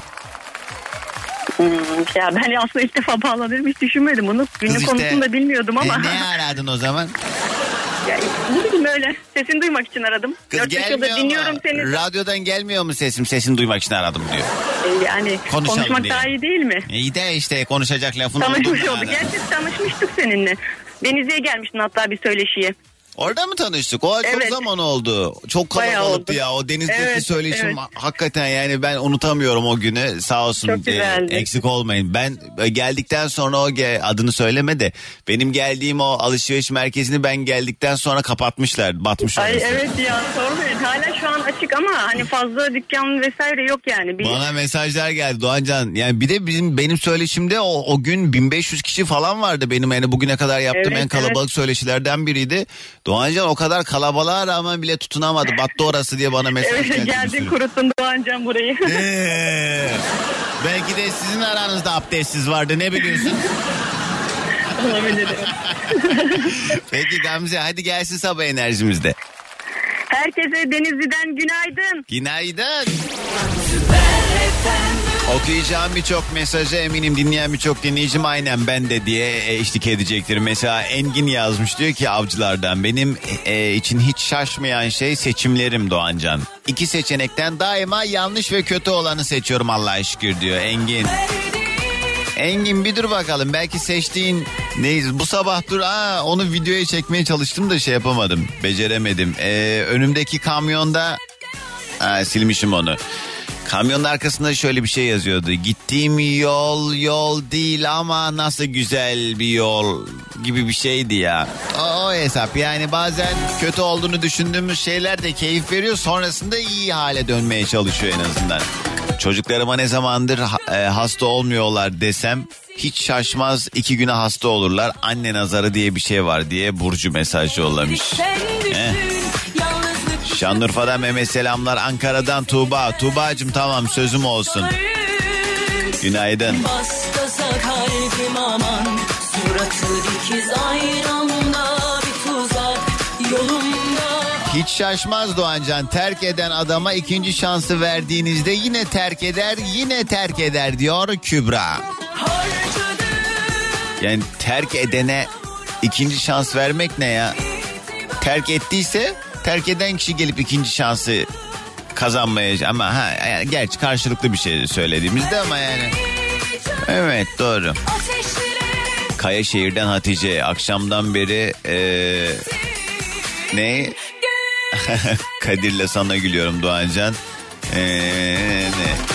Ya ben aslında ilk defa bağlanırım, hiç düşünmedim bunu. Günlük konusunu da bilmiyordum ama. Ne aradın o zaman? Ya, ne bileyim öyle. Sesini duymak için aradım. Kız 4 gelmiyor yıldır dinliyorum mu? seni. Radyodan gelmiyor mu sesim? Sesini duymak için aradım diyor. Yani konuşmak diye. daha iyi değil mi? İyi de işte konuşacak lafını buldum Tanışmış yani. olduk. Gerçi tanışmıştık seninle. Denizli'ye gelmiştin hatta bir söyleşiye. Orada mı tanıştık? O çok zaman oldu. Çok Bayağı kalabalıktı oldu. ya. O denizdeki Evet, söyleşim evet. hakikaten yani ben unutamıyorum o günü. Sağ olsun. Çok güzeldi. Eksik olmayın. Ben geldikten sonra adını söyleme de benim geldiğim o alışveriş merkezini ben geldikten sonra kapatmışlar. Batmış Ay orası. evet ya sormayın. Hala şu an açık ama hani fazla dükkan vesaire yok yani. Bana mesajlar geldi Doğancan. Yani bir de benim söyleşimde o gün 1500 kişi falan vardı benim yani bugüne kadar yaptığım en kalabalık söyleşilerden biriydi. Doğancan o kadar kalabalığa rağmen bile tutunamadı. Battı orası diye bana mesaj geldi. Evet geldin kuruttun Doğancan burayı. Belki de sizin aranızda abdestsiz vardı ne biliyorsun? Olabilir. Peki Gamze hadi gelsin sabah enerjimizde. Herkese Denizli'den günaydın. Günaydın. Okuyacağım birçok mesajı eminim dinleyen birçok dinleyicim aynen ben de diye eşlik edecektir. Mesela Engin yazmış diyor ki Avcılar'dan benim için hiç şaşmayan şey seçimlerim Doğancan. 2 seçenekten daima yanlış ve kötü olanı seçiyorum Allah'a şükür diyor Engin. Engin bir dur bakalım belki seçtiğin neyiz bu sabah dur onu videoya çekmeye çalıştım da şey yapamadım beceremedim. Önümdeki kamyonda silmişim onu. Kamyonun arkasında şöyle bir şey yazıyordu. Gittiğim yol değil ama nasıl güzel bir yol gibi bir şeydi ya. O hesap yani bazen kötü olduğunu düşündüğümüz şeyler de keyif veriyor. Sonrasında iyi hale dönmeye çalışıyor en azından. Çocuklarıma ne zamandır hasta olmuyorlar desem hiç şaşmaz 2 güne hasta olurlar. Anne nazarı diye bir şey var diye Burcu mesaj yollamış. Şanlıurfa'dan Mehmet selamlar. Ankara'dan Tuğba. Tuğba'cığım tamam sözüm olsun. Günaydın. Hiç şaşmaz Doğancan. Terk eden adama ikinci şansı verdiğinizde yine terk eder diyor Kübra. Yani terk edene ikinci şans vermek ne ya? Terk ettiyse terk eden kişi gelip ikinci şansı kazanmaya ama yani gerçi karşılıklı bir şey söylediğimizde ama yani evet doğru. Kayaşehir'den Hatice akşamdan beri ne? Kadir'le sana gülüyorum Doğancan. Ne?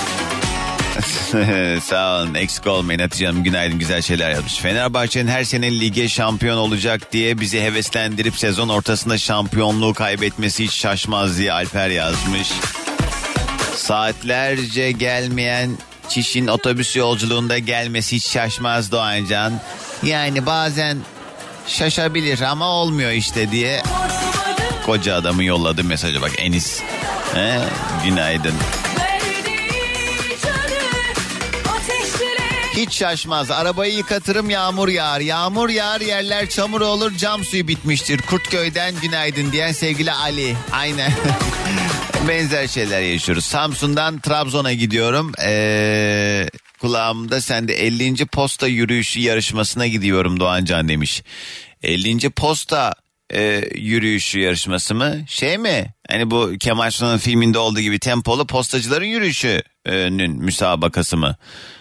Sağ olun eksik olmayın Hatice Hanım günaydın güzel şeyler yazmış. Fenerbahçe'nin her sene lige şampiyon olacak diye bizi heveslendirip sezon ortasında şampiyonluğu kaybetmesi hiç şaşmaz diye Alper yazmış. Saatlerce gelmeyen Çiş'in otobüs yolculuğunda gelmesi hiç şaşmaz Doğancan. Yani bazen şaşabilir ama olmuyor işte diye koca adamın yolladığı mesaja bak Enis. Günaydın. Hiç şaşmaz. Arabayı yıkatırım yağmur yağar. Yağmur yağar yerler çamur olur cam suyu bitmiştir. Kurtköy'den günaydın diyen sevgili Ali. Aynen. Benzer şeyler yaşıyoruz. Samsun'dan Trabzon'a gidiyorum. Kulağımda sen de 50. posta yürüyüşü yarışmasına gidiyorum Doğancan demiş. 50. posta yürüyüşü yarışması mı? Şey mi? Hani bu Kemal Sunal'ın filminde olduğu gibi tempolu postacıların yürüyüşünün müsabakası mı?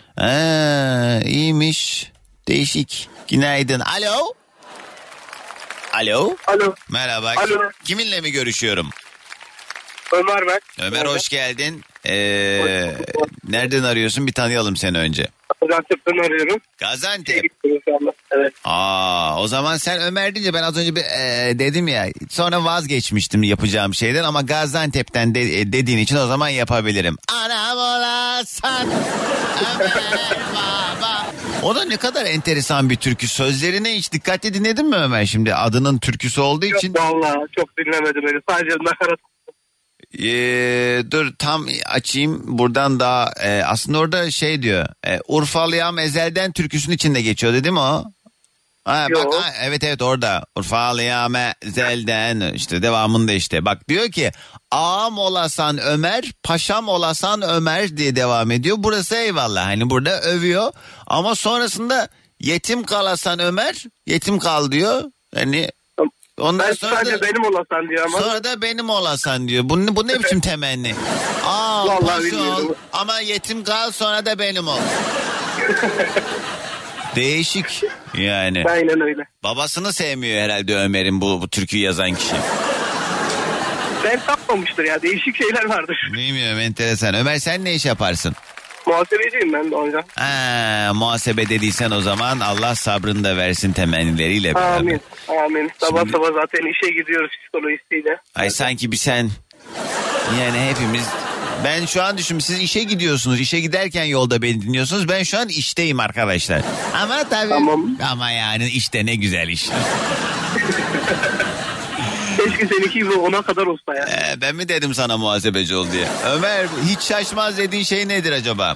İyiymiş. Değişik. Günaydın. Alo. Alo. Alo. Merhaba. Alo. Kiminle mi görüşüyorum? Ömer ben. Ömer hoş geldin. Nereden arıyorsun? Bir tanıyalım seni önce. Gaziantep'ten arıyorum. Gaziantep. Evet. O zaman sen Ömer deyince ben az önce bir dedim ya. Sonra vazgeçmiştim yapacağım şeyden ama Gaziantep'ten dediğin için o zaman yapabilirim. Anam olasan Ömer baba. O da ne kadar enteresan bir türkü. Sözlerine hiç dikkatli dinledin mi Ömer şimdi? Adının türküsü olduğu için. Yok vallahi çok dinlemedim beni. Sadece nakarat. Dur tam açayım buradan da aslında orada şey diyor Urfalıyam ezelden türküsünün içinde geçiyor değil mi o? Bak, evet orada Urfalıyam ezelden işte devamında işte bak diyor ki ağam olasan Ömer paşam olasan Ömer diye devam ediyor. Burası eyvallah hani burada övüyor ama sonrasında yetim kalasan Ömer yetim kal diyor hani Ondan Ben sonra sadece da, benim olasan diyor ama. sonra da benim olasan diyor. Bu ne biçim temenni? Vallahi Paşa ol bilmiyorum. ama yetim kal, sonra da benim ol. Değişik yani. Aynen öyle. Babasını sevmiyor herhalde Ömer'in bu türküyü yazan kişi. Ben tapmamıştır ya. Değişik şeyler vardır. Bilmiyorum, enteresan. Ömer sen ne iş yaparsın? Muhasebeciyim ben de hocam. Muhasebe dediysen o zaman Allah sabrını da versin temennileriyle beraber. Amin. Amin. Sabah Şimdi- sabah zaten işe gidiyoruz psikolojisiyle. Ay sanki bir sen, yani hepimiz, ben şu an düşün, siz işe gidiyorsunuz, işe giderken yolda beni dinliyorsunuz, ben şu an işteyim arkadaşlar. Ama tabii ama yani işte ne güzel iş. Keşke seninki gibi ona kadar olsa ya. Ben mi dedim sana muhasebeci ol diye? Ömer, hiç şaşmaz dediğin şey nedir acaba?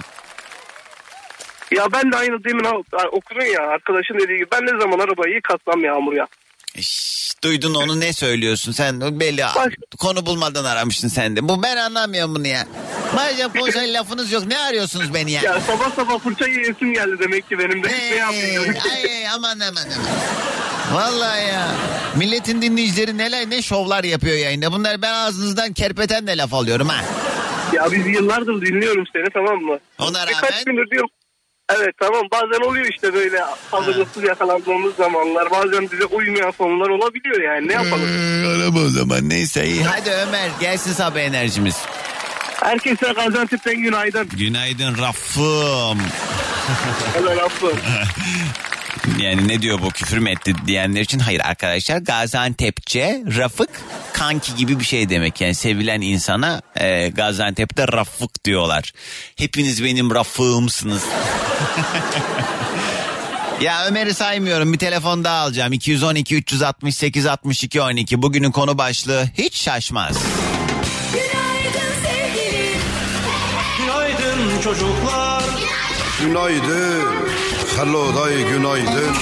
Ya ben de aynı demin okudun ya, arkadaşın dediği gibi, ben ne zaman arabayı yıkatsam Yağmur ya. Duydun onu, ne söylüyorsun sen? Belli konu bulmadan aramışsın sen de. Ben anlamıyorum bunu ya. Madem konuşan lafınız yok, ne arıyorsunuz beni ya? Ya sabah sabah fırça yiyesim geldi demek ki benim de. Ne yapayım? Ay aman. Vallahi ya. Milletin dinleyicileri ne şovlar yapıyor yayında. Bunlar, ben ağzınızdan kerpetenle laf alıyorum ha. Ya biz yıllardır dinliyorum seni, tamam mı? Ona rağmen. Birkaç gündür diyorum. Evet tamam, bazen oluyor işte böyle hazırlıksız yakalandığımız zamanlar, bazen bize uymayan konular olabiliyor yani, ne yapalım? Araba o zaman, neyse iyi. Hadi Ömer, gelsin sabah enerjimiz. Herkese Gaziantep'ten günaydın. Günaydın Raffım. Helal Raffım. Yani ne diyor bu, küfür mü etti diyenler için? Hayır arkadaşlar, Gaziantepçe Rafık kanki gibi bir şey demek. Yani sevilen insana Gaziantep'te Rafık diyorlar. Hepiniz benim Rafığımsınız. Ya Ömer'i saymıyorum, bir telefon daha alacağım. 212 368 62 12. Bugünün konu başlığı hiç şaşmaz. Günaydın sevgilim. Günaydın çocuklar. Günaydın. Hello day günaydın.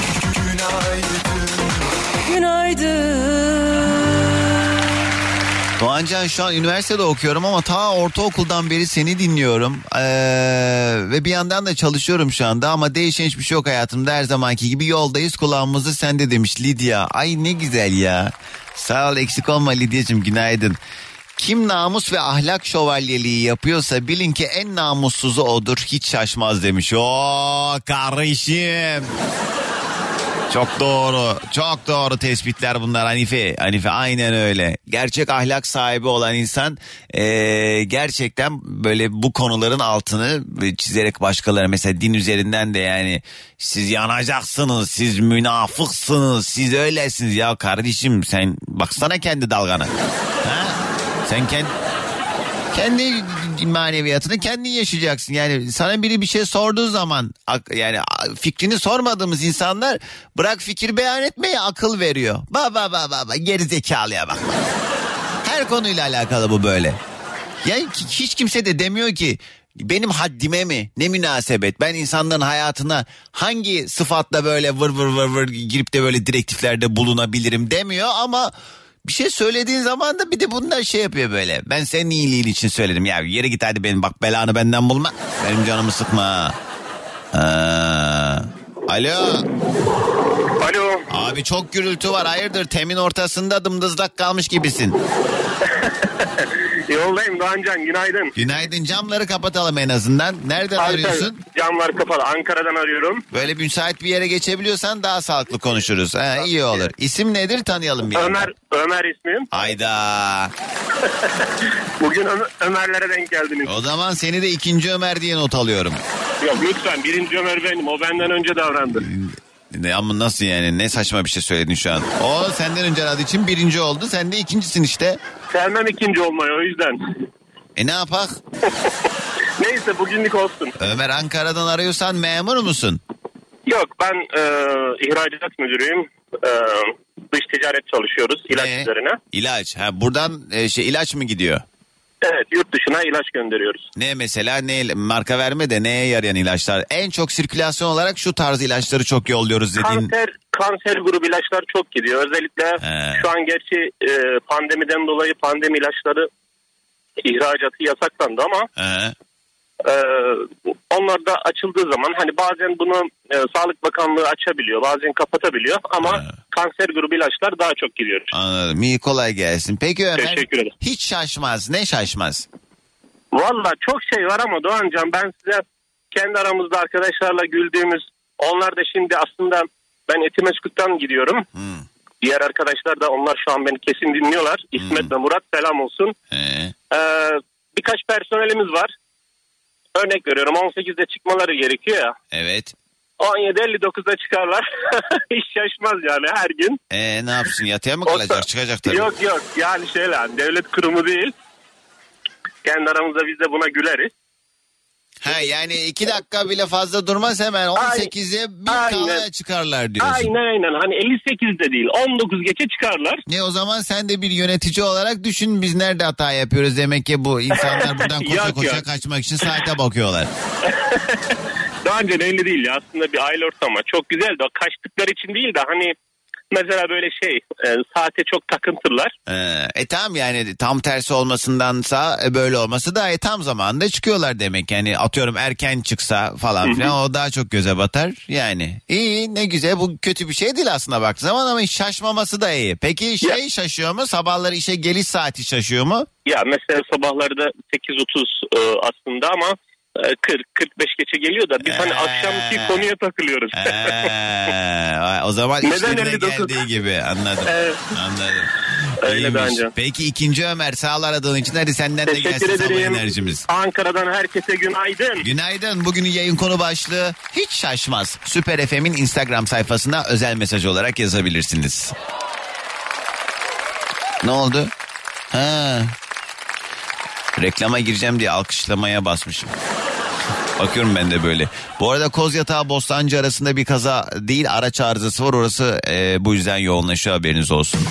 Doğancan, şu an üniversitede okuyorum ama ta ortaokuldan beri seni dinliyorum. Ve bir yandan da çalışıyorum şu anda ama değişen hiçbir şey yok hayatımda. Her zamanki gibi yoldayız, kulağımızı sende demiş Lidya. Ay ne güzel ya. Sağ ol, eksik olma Lidyacığım, günaydın. Kim namus ve ahlak şövalyeliği yapıyorsa bilin ki en namussuzu odur, hiç şaşmaz demiş. Oo kardeşim. Çok doğru tespitler bunlar Hanife aynen öyle. Gerçek ahlak sahibi olan insan gerçekten böyle bu konuların altını çizerek başkalarına, mesela din üzerinden de, yani siz yanacaksınız, siz münafıksınız, siz öylesiniz. Ya kardeşim sen baksana kendi dalgana. Ha? Sen kendi maneviyatını kendin yaşayacaksın. Yani sana biri bir şey sorduğu zaman, yani fikrini sormadığımız insanlar bırak fikir beyan etmeyi, akıl veriyor. Baba geri zekalıya bak. Her konuyla alakalı bu böyle. Yani hiç kimse de demiyor ki benim haddime mi, ne münasebet, ben insanların hayatına hangi sıfatla böyle vır girip de böyle direktiflerde bulunabilirim demiyor ama bir şey söylediğin zaman da bir de bunlar şey yapıyor böyle. Ben senin iyiliğin için söyledim. Ya yere git hadi, benim bak belanı benden bulma. Benim canımı sıkma. Alo. Alo. Abi çok gürültü var, hayırdır, temin ortasında dımdızlak kalmış gibisin. Yoldayım Doğancan, günaydın. Günaydın, camları kapatalım en azından. Nereden arıyorsun? Camlar kapalı, Ankara'dan arıyorum. Böyle müsait bir yere geçebiliyorsan daha sağlıklı konuşuruz. İyi olur. İsim nedir, tanıyalım bir Ömer ismim. Hayda. Bugün Ömerlere denk geldiniz. O zaman seni de ikinci Ömer diye not alıyorum. Yok lütfen, birinci Ömer benim, o benden önce davrandı. Ama nasıl yani, ne saçma bir şey söyledin şu an. O senden önce aradığı için birinci oldu, sen de ikincisin işte. Sevmem ikinci olmayı, o yüzden. Ne yapak? Neyse bugünlük olsun. Ömer, Ankara'dan arıyorsan memur musun? Yok, ben ihracat müdürüyüm. Dış ticaret çalışıyoruz ilaç üzerine. İlaç. Buradan ilaç mı gidiyor? Evet, yurt dışına ilaç gönderiyoruz. Ne mesela, ne marka verme de neye yarayan ilaçlar? En çok sirkülasyon olarak şu tarz ilaçları çok yolluyoruz dediğin. Kanser grubu ilaçlar çok gidiyor. Özellikle şu an gerçi pandemiden dolayı pandemi ilaçları ihracatı yasaklandı ama Onlar da açıldığı zaman hani bazen bunu Sağlık Bakanlığı açabiliyor, bazen kapatabiliyor ama kanser grubu ilaçlar daha çok gidiyor. Anladım. İyi, kolay gelsin. Peki Ömer, teşekkür ederim. Hiç şaşmaz. Ne şaşmaz? Valla çok şey var ama Doğancan, ben size kendi aramızda arkadaşlarla güldüğümüz, onlar da şimdi aslında ben Etimeskut'tan gidiyorum. Diğer arkadaşlar da, onlar şu an beni kesin dinliyorlar. İsmet ve Murat, selam olsun. Birkaç personelimiz var. Örnek veriyorum, 18'de çıkmaları gerekiyor ya. Evet. 17.59'da çıkarlar. Hiç şaşmaz yani her gün. Ne yapsın, yatıya mı kalacak? Çıkacak tabii. Yok yani devlet kurumu değil. Kendi aramızda biz de buna güleriz. Yani 2 dakika bile fazla durmaz, hemen 18'e bir kalaya çıkarlar diyorsun. Aynen. Hani 58'de değil, 19 geçe çıkarlar. O zaman sen de bir yönetici olarak düşün, biz nerede hata yapıyoruz, demek ki bu insanlar buradan koşa kaçmak için saate bakıyorlar. Daha önce öyle değil ya, aslında bir aile ortamı çok güzel de, kaçtıkları için değil de hani mesela böyle saate çok takıntılılar. Tamam, yani tam tersi olmasındansa böyle olması da tam zamanında çıkıyorlar demek. Yani atıyorum erken çıksa falan filan, o daha çok göze batar. Yani iyi, ne güzel, bu kötü bir şey değil aslında baktığı zaman, ama hiç şaşmaması da iyi. Peki şaşıyor mu? Sabahları işe geliş saati şaşıyor mu? Ya mesela sabahları da 8.30 aslında ama 40-45 geçe geliyor da biz hani akşamki konuya takılıyoruz. O zaman işlerine geldiği gibi, anladım. Anladım. Öyle bence. Peki ikinci Ömer, sağ ol aradığın için, hadi senden de gelsin sabah enerjimiz. Ankara'dan herkese günaydın. Günaydın. Bugünün yayın konu başlığı hiç şaşmaz. Süper FM'in Instagram sayfasına özel mesaj olarak yazabilirsiniz. Ne oldu? Reklama gireceğim diye alkışlamaya basmışım. Bakıyorum ben de böyle. Bu arada Kozyatağı Bostancı arasında bir kaza değil, araç arızası var. Orası bu yüzden yoğunlaşıyor, haberiniz olsun.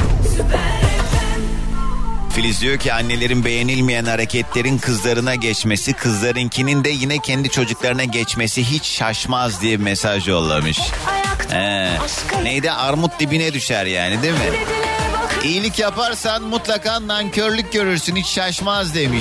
Filiz diyor ki annelerin beğenilmeyen hareketlerin kızlarına geçmesi, kızlarınkinin de yine kendi çocuklarına geçmesi hiç şaşmaz diye bir mesaj yollamış. Neydi? Armut dibine düşer yani, değil mi? İyilik yaparsan mutlaka nankörlük görürsün, hiç şaşmaz demiş.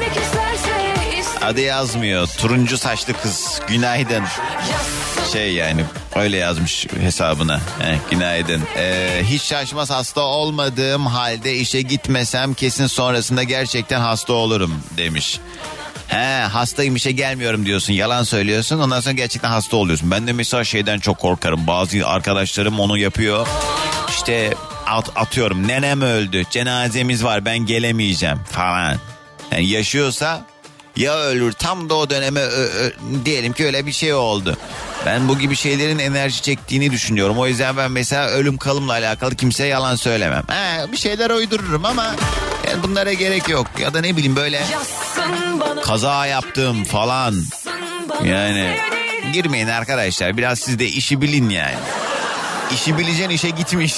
Adı yazmıyor. Turuncu saçlı kız. Günaydın. Yani öyle yazmış hesabına. Günaydın. Hiç şaşmaz, hasta olmadığım halde işe gitmesem kesin sonrasında gerçekten hasta olurum demiş. Hastayım, işe gelmiyorum diyorsun, yalan söylüyorsun, ondan sonra gerçekten hasta oluyorsun. Ben de mesela şeyden çok korkarım. Bazı arkadaşlarım onu yapıyor. İşte atıyorum nenem öldü, cenazemiz var, ben gelemeyeceğim falan. Yani yaşıyorsa ya ölür, tam da o döneme diyelim ki öyle bir şey oldu. Ben bu gibi şeylerin enerji çektiğini düşünüyorum. O yüzden ben mesela ölüm kalımla alakalı kimseye yalan söylemem. Bir şeyler uydururum ama yani bunlara gerek yok. Ya da ne bileyim böyle kaza yaptım falan. Yani girmeyin arkadaşlar, biraz siz de işi bilin yani. İşi bileceksin, işe gitmiş.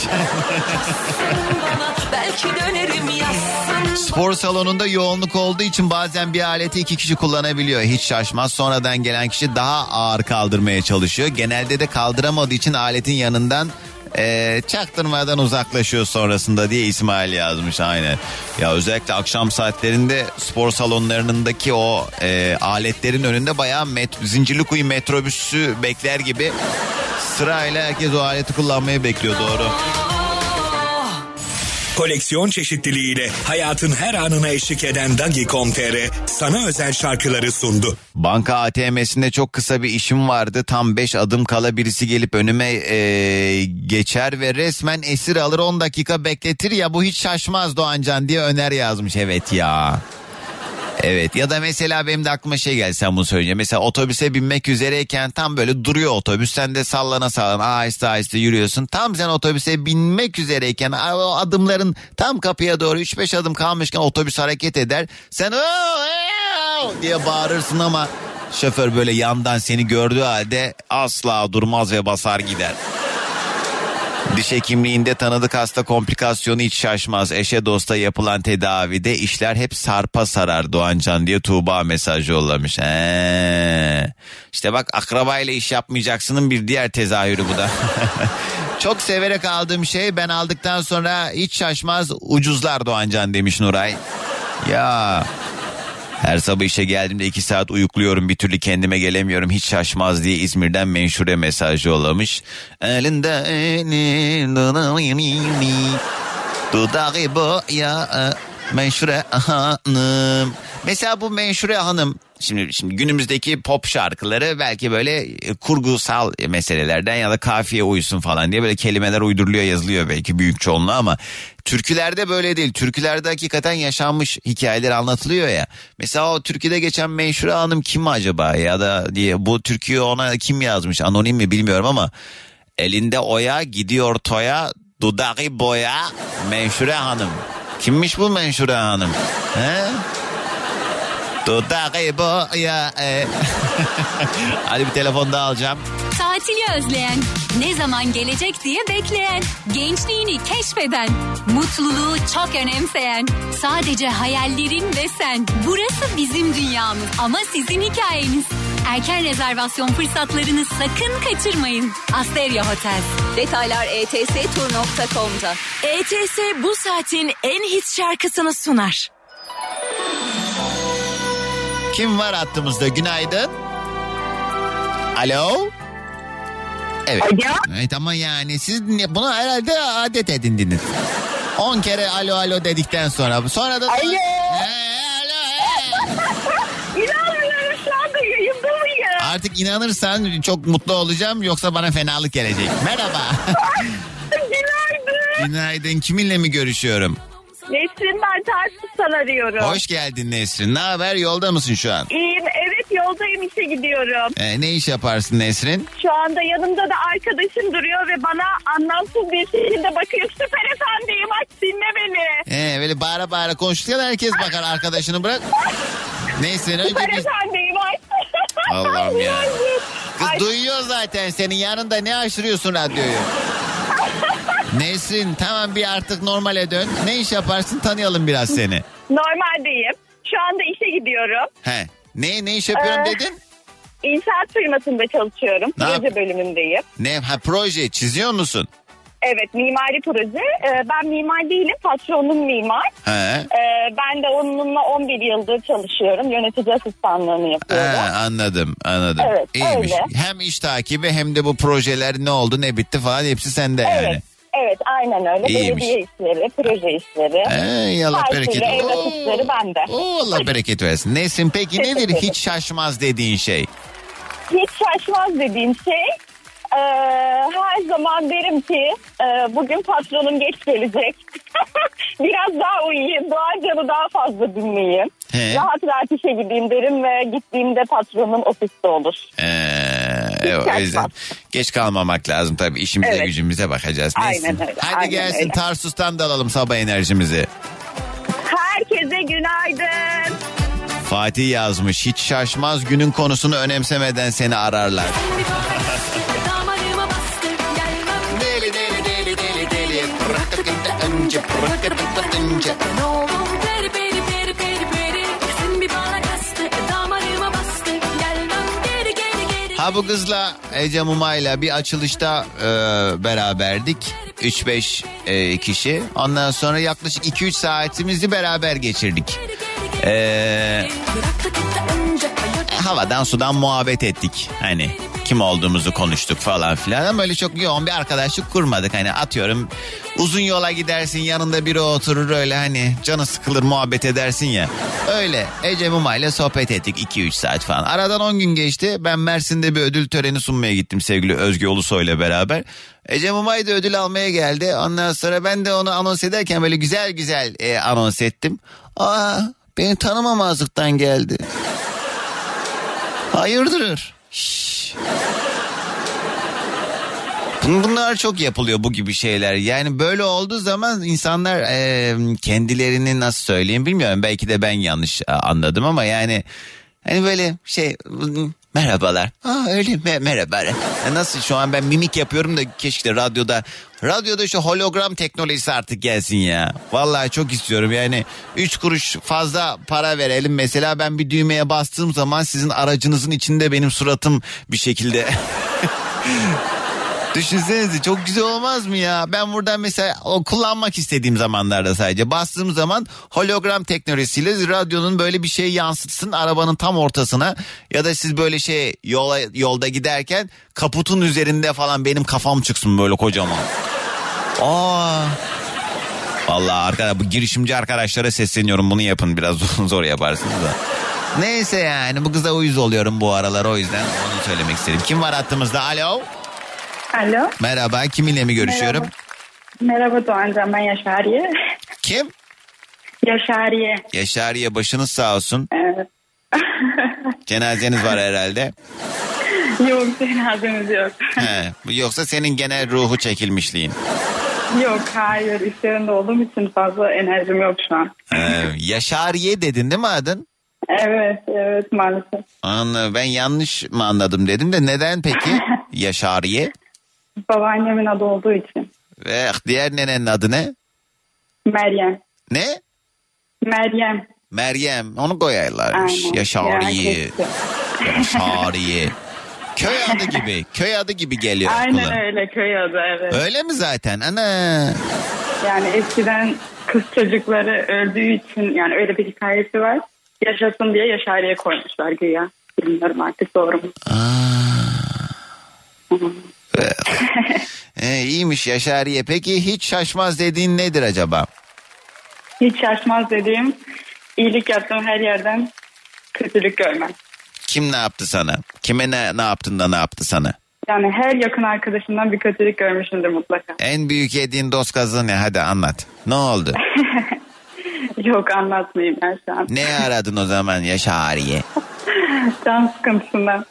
Spor salonunda yoğunluk olduğu için bazen bir aleti 2 kişi kullanabiliyor. Hiç şaşmaz. Sonradan gelen kişi daha ağır kaldırmaya çalışıyor. Genelde de kaldıramadığı için aletin yanından çaktırmadan uzaklaşıyor sonrasında diye İsmail yazmış. Aynen. Ya özellikle akşam saatlerinde spor salonlarındaki o aletlerin önünde bayağı Zincirlikuyu metrobüsü bekler gibi sırayla herkes o aleti kullanmayı bekliyor, doğru. Koleksiyon çeşitliliğiyle hayatın her anına eşlik eden Dagi.com.tr sana özel şarkıları sundu. Banka ATM'sinde çok kısa bir işim vardı. Tam 5 adım kala birisi gelip önüme geçer ve resmen esir alır, 10 dakika bekletir ya, bu hiç şaşmaz Doğancan diye Öner yazmış. Evet ya. Evet, ya da mesela benim de aklıma geldi sen bunu söyleyince. Mesela otobüse binmek üzereyken tam böyle duruyor otobüs. Sen de sallana aheste aheste yürüyorsun. Tam sen otobüse binmek üzereyken o adımların tam kapıya doğru 3-5 adım kalmışken otobüs hareket eder. Sen diye bağırırsın ama şoför böyle yandan seni gördüğü halde asla durmaz ve basar gider. Diş hekimliğinde tanıdık hasta komplikasyonu hiç şaşmaz. Eşe dosta yapılan tedavide işler hep sarpa sarar Doğancan diye Tuğba mesaj yollamış. İşte bak, akrabayla iş yapmayacaksının bir diğer tezahürü bu da. Çok severek aldığım şey, ben aldıktan sonra hiç şaşmaz ucuzlar Doğancan demiş Nuray. Ya Her sabah işe geldiğimde 2 saat uyukluyorum, bir türlü kendime gelemiyorum, hiç şaşmaz diye İzmir'den Menşure mesajı yollamış. Elinde dudağı boya Menşure Hanım. Mesela bu Menşure Hanım şimdi günümüzdeki pop şarkıları belki böyle kurgusal meselelerden ya da kafiye uysun falan diye böyle kelimeler uyduruluyor, yazılıyor belki büyük çoğunluğu, ama türkülerde böyle değil. Türkülerde hakikaten yaşanmış hikayeler anlatılıyor ya. Mesela o türküde geçen Menşure Hanım kim acaba ya da diye, bu türküyü ona kim yazmış, anonim mi bilmiyorum ama elinde oya gidiyor toya dudağı boya Menşure Hanım. Kimmiş bu Menşure Hanım? He? Dudağı boya. Hadi bir telefon daha alacağım. Tatili özleyen, ne zaman gelecek diye bekleyen, gençliğini keşfeden, mutluluğu çok önemseyen, sadece hayallerin ve sen. Burası bizim dünyamız ama sizin hikayeniz. Erken rezervasyon fırsatlarını sakın kaçırmayın. Asteria Hotel. Detaylar etstur.com'da. ETS bu saatin en hit şarkısını sunar. Kim var hattımızda? Günaydın. Alo. Evet. Alo. Evet ama yani siz bunu herhalde adet edindiniz. 10 kere alo alo dedikten sonra da... Alo. İnanmıyorum, şu anda yayında mıyım? Artık inanırsan çok mutlu olacağım, yoksa bana fenalık gelecek. Merhaba. Günaydın. Günaydın. Kiminle mi görüşüyorum? Nesrin, ben Tarsus'tan arıyorum. Hoş geldin Nesrin. Ne haber? Yolda mısın şu an? İyiyim, evet yoldayım, işe gidiyorum. Ne iş yaparsın Nesrin? Şu anda yanımda da arkadaşım duruyor ve bana anlamsız bir şekilde bakıyor. Süper efendiyim, aç dinle beni. Böyle bağıra bağıra konuşurken herkes bakar, arkadaşını bırak. Neyse önce Süper efendiyim, aç. Allah'ım ya. Kız duyuyor zaten, senin yanında ne aşırıyorsun radyoyu? Nesrin tamam, bir artık normale dön. Ne iş yaparsın, tanıyalım biraz seni. Normaldeyim. Şu anda işe gidiyorum. He. Ne iş yapıyorum dedin? İnşaat firmasında çalışıyorum. Proje bölümündeyim. Proje çiziyor musun? Evet, mimari proje. Ben mimar değilim, patronum mimar. He. Ben de onunla 11 yıldır çalışıyorum. Yönetici asistanlığını yapıyorum. Anladım. Evet, İyiymiş. öyle. Hem iş takibi hem de bu projeler ne oldu ne bitti falan hepsi sende yani. Evet, aynen öyle. İyiymiş. Belediye işleri, proje işleri. Allah her bereket. türlü evrak işleri bende. Allah bereket versin. Nesrin, peki nedir hiç şaşmaz dediğin şey? Hiç şaşmaz dediğim şey, her zaman derim ki bugün patronum geç gelecek. Biraz daha uyuyayım, Doğancan'ı daha fazla dinleyeyim. Rahat rahat işe gideyim derim ve gittiğimde patronum ofiste olur. O yüzden geç kalmamak lazım tabii, işimize gücümüze bakacağız. Aynen öyle. Hadi gelsin öyle. Tarsus'tan da alalım sabah enerjimizi. Herkese günaydın. Fatih yazmış, hiç şaşmaz, günün konusunu önemsemeden seni ararlar. Deli deli deli deli deli. Ha, bu kızla Ece Muma'yla bir açılışta beraberdik. 3-5 kişi. Ondan sonra yaklaşık 2-3 saatimizi beraber geçirdik. Havadan sudan muhabbet ettik. Hani kim olduğumuzu konuştuk falan filan. Ama öyle çok yoğun bir arkadaşlık kurmadık. Hani atıyorum uzun yola gidersin, yanında biri oturur, öyle hani canı sıkılır muhabbet edersin ya. Öyle Ece Muma ile sohbet ettik 2-3 saat falan. Aradan 10 gün geçti. Ben Mersin'de bir ödül töreni sunmaya gittim sevgili Özge Ulusoy ile beraber. Ece Mumay da ödül almaya geldi. Ondan sonra ben de onu anons ederken böyle güzel güzel anons ettim. Beni tanımamazlıktan geldi. Hayırdır? Bunlar çok yapılıyor, bu gibi şeyler. Yani böyle olduğu zaman insanlar kendilerini nasıl söyleyeyim bilmiyorum. Belki de ben yanlış anladım ama yani hani böyle merhabalar. Öyle merhaba. Nasıl şu an ben mimik yapıyorum da keşke radyoda şu hologram teknolojisi artık gelsin ya. Vallahi çok istiyorum yani 3 kuruş fazla para verelim. Mesela ben bir düğmeye bastığım zaman sizin aracınızın içinde benim suratım bir şekilde Düşünsenize, çok güzel olmaz mı ya? Ben buradan mesela o kullanmak istediğim zamanlarda sadece bastığım zaman hologram teknolojisiyle radyonun böyle bir şey yansıtsın arabanın tam ortasına, ya da siz böyle yolda giderken kaputun üzerinde falan benim kafam çıksın böyle kocaman. Vallahi arkadaşlar, bu girişimci arkadaşlara sesleniyorum, bunu yapın, biraz zor yaparsınız da. Neyse yani, bu kıza uyuz oluyorum bu aralar, o yüzden onu söylemek istedim. Kim var hattımızda? Alo. Alo. Merhaba, kiminle mi görüşüyorum? Merhaba Doğancan, ben Yaşariye. Kim? Yaşariye. Yaşariye, başınız sağ olsun. Evet. Cenazeniz var herhalde. Yok, cenazemiz yok. Yoksa senin genel ruhu çekilmişliğin. Yok, hayır, iş yerinde olduğum için fazla enerjim yok şu an. Yaşariye dedin değil mi adın? Evet maalesef. Ben yanlış mı anladım dedim de, neden peki Yaşariye? Babaannemin adı olduğu için. Ve diğer nenenin adı ne? Meryem. Ne? Meryem. Onu koyarlarmış. Aynen. Yaşariye. Yaşariye. Köy adı gibi geliyor. Aynen kulağa. öyle, köy adı, evet. Öyle mi zaten? Ana. Yani eskiden kız çocukları öldüğü için, yani öyle bir hikayesi var. Yaşasın diye Yaşariye koymuşlar güya. Bilmiyorum artık doğru mu? İyiymiş Yaşariye. Peki hiç şaşmaz dediğin nedir acaba? Hiç şaşmaz dediğim, iyilik yaptığım her yerden kötülük görmem. Kim ne yaptı sana? Kime ne yaptın da ne yaptı sana? Yani her yakın arkadaşımdan bir kötülük görmüşümdür mutlaka. En büyük yediğin dost kazığı ne? Hadi anlat. Ne oldu? Yok, anlatmayayım ben şu an. Ne aradın o zaman Yaşariye? Can sıkıntısından.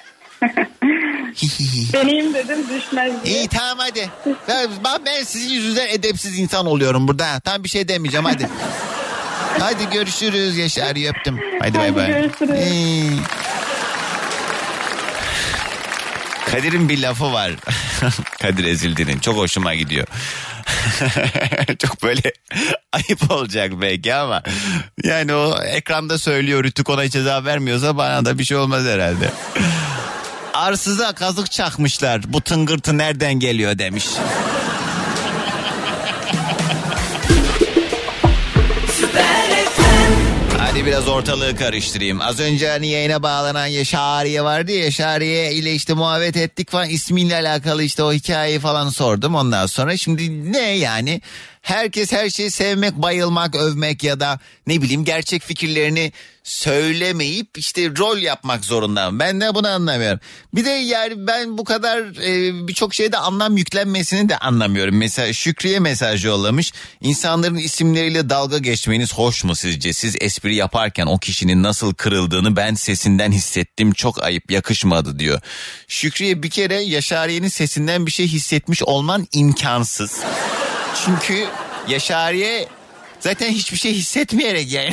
Deneyim dedim, düşmez diye. İyi, tamam hadi. Ben sizin yüzünüzden edepsiz insan oluyorum burada. Tam bir şey demeyeceğim, hadi. Hadi görüşürüz Yaşariye, öptüm. Hadi bay bay. Görüşürüz. Kadir'in bir lafı var. Kadir Ezildi'nin. Çok hoşuma gidiyor. Çok böyle ayıp olacak belki ama yani o ekranda söylüyor, Rütük ona ceza vermiyorsa bana da bir şey olmaz herhalde. Arsıza kazık çakmışlar, bu tıngırtı nereden geliyor demiş. Hadi biraz ortalığı karıştırayım. Az önce hani yayına bağlanan Yaşariye vardı ya, Yaşariye ile işte muhabbet ettik falan, ismiyle alakalı işte o hikayeyi falan sordum. Ondan sonra şimdi ne yani, herkes her şeyi sevmek, bayılmak, övmek ya da ne bileyim gerçek fikirlerini söylemeyip işte rol yapmak zorunda. Ben de bunu anlamıyorum. Bir de yani ben bu kadar birçok şeyde anlam yüklenmesini de anlamıyorum. Mesela Şükriye mesaj yollamış. İnsanların isimleriyle dalga geçmeniz hoş mu sizce? Siz espri yaparken o kişinin nasıl kırıldığını ben sesinden hissettim. Çok ayıp, yakışmadı diyor. Şükriye, bir kere Yaşariye'nin sesinden bir şey hissetmiş olman imkansız. Çünkü Yaşariye zaten hiçbir şey hissetmeyerek yani.